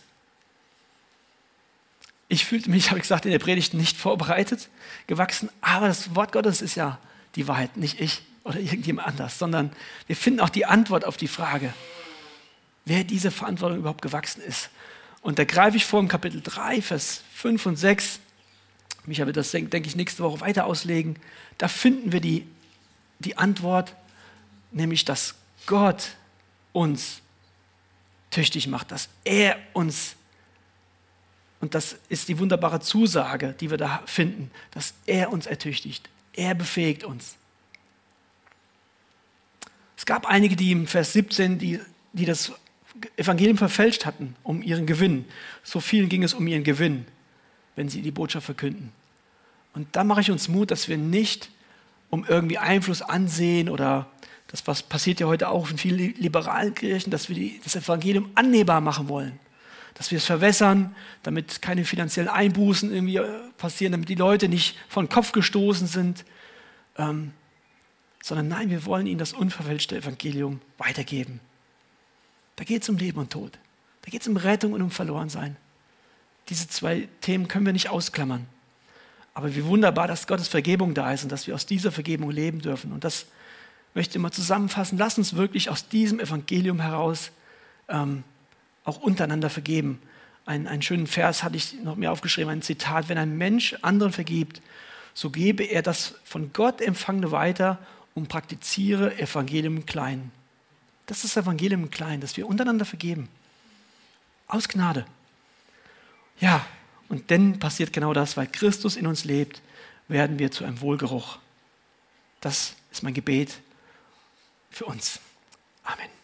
Ich fühlte mich, habe ich gesagt, in der Predigt nicht vorbereitet, gewachsen, aber das Wort Gottes ist ja die Wahrheit, nicht ich oder irgendjemand anders, sondern wir finden auch die Antwort auf die Frage, wer diese Verantwortung überhaupt gewachsen ist. Und da greife ich vor im Kapitel 3, Vers 5 und 6. Micha wird das, denke ich, nächste Woche weiter auslegen. Da finden wir die Antwort, nämlich, dass Gott uns tüchtig macht, dass er uns, und das ist die wunderbare Zusage, die wir da finden, dass er uns ertüchtigt, er befähigt uns. Es gab einige, die im Vers 17, die das Evangelium verfälscht hatten, um ihren Gewinn. So vielen ging es um ihren Gewinn, wenn sie die Botschaft verkünden. Und da mache ich uns Mut, dass wir nicht um irgendwie Einfluss, Ansehen oder das, was passiert ja heute auch in vielen liberalen Kirchen, dass wir das Evangelium annehmbar machen wollen. Dass wir es verwässern, damit keine finanziellen Einbußen irgendwie passieren, damit die Leute nicht von Kopf gestoßen sind. Sondern nein, wir wollen ihnen das unverfälschte Evangelium weitergeben. Da geht es um Leben und Tod. Da geht es um Rettung und um Verlorensein. Diese zwei Themen können wir nicht ausklammern. Aber wie wunderbar, dass Gottes Vergebung da ist und dass wir aus dieser Vergebung leben dürfen. Und das möchte ich mal zusammenfassen. Lass uns wirklich aus diesem Evangelium heraus auch untereinander vergeben. Einen schönen Vers hatte ich noch mir aufgeschrieben, ein Zitat. Wenn ein Mensch anderen vergibt, so gebe er das von Gott Empfangene weiter und praktiziere Evangelium im Kleinen. Das ist das Evangelium im Kleinen, dass wir untereinander vergeben. Aus Gnade. Ja, und dann passiert genau das, weil Christus in uns lebt, werden wir zu einem Wohlgeruch. Das ist mein Gebet für uns. Amen.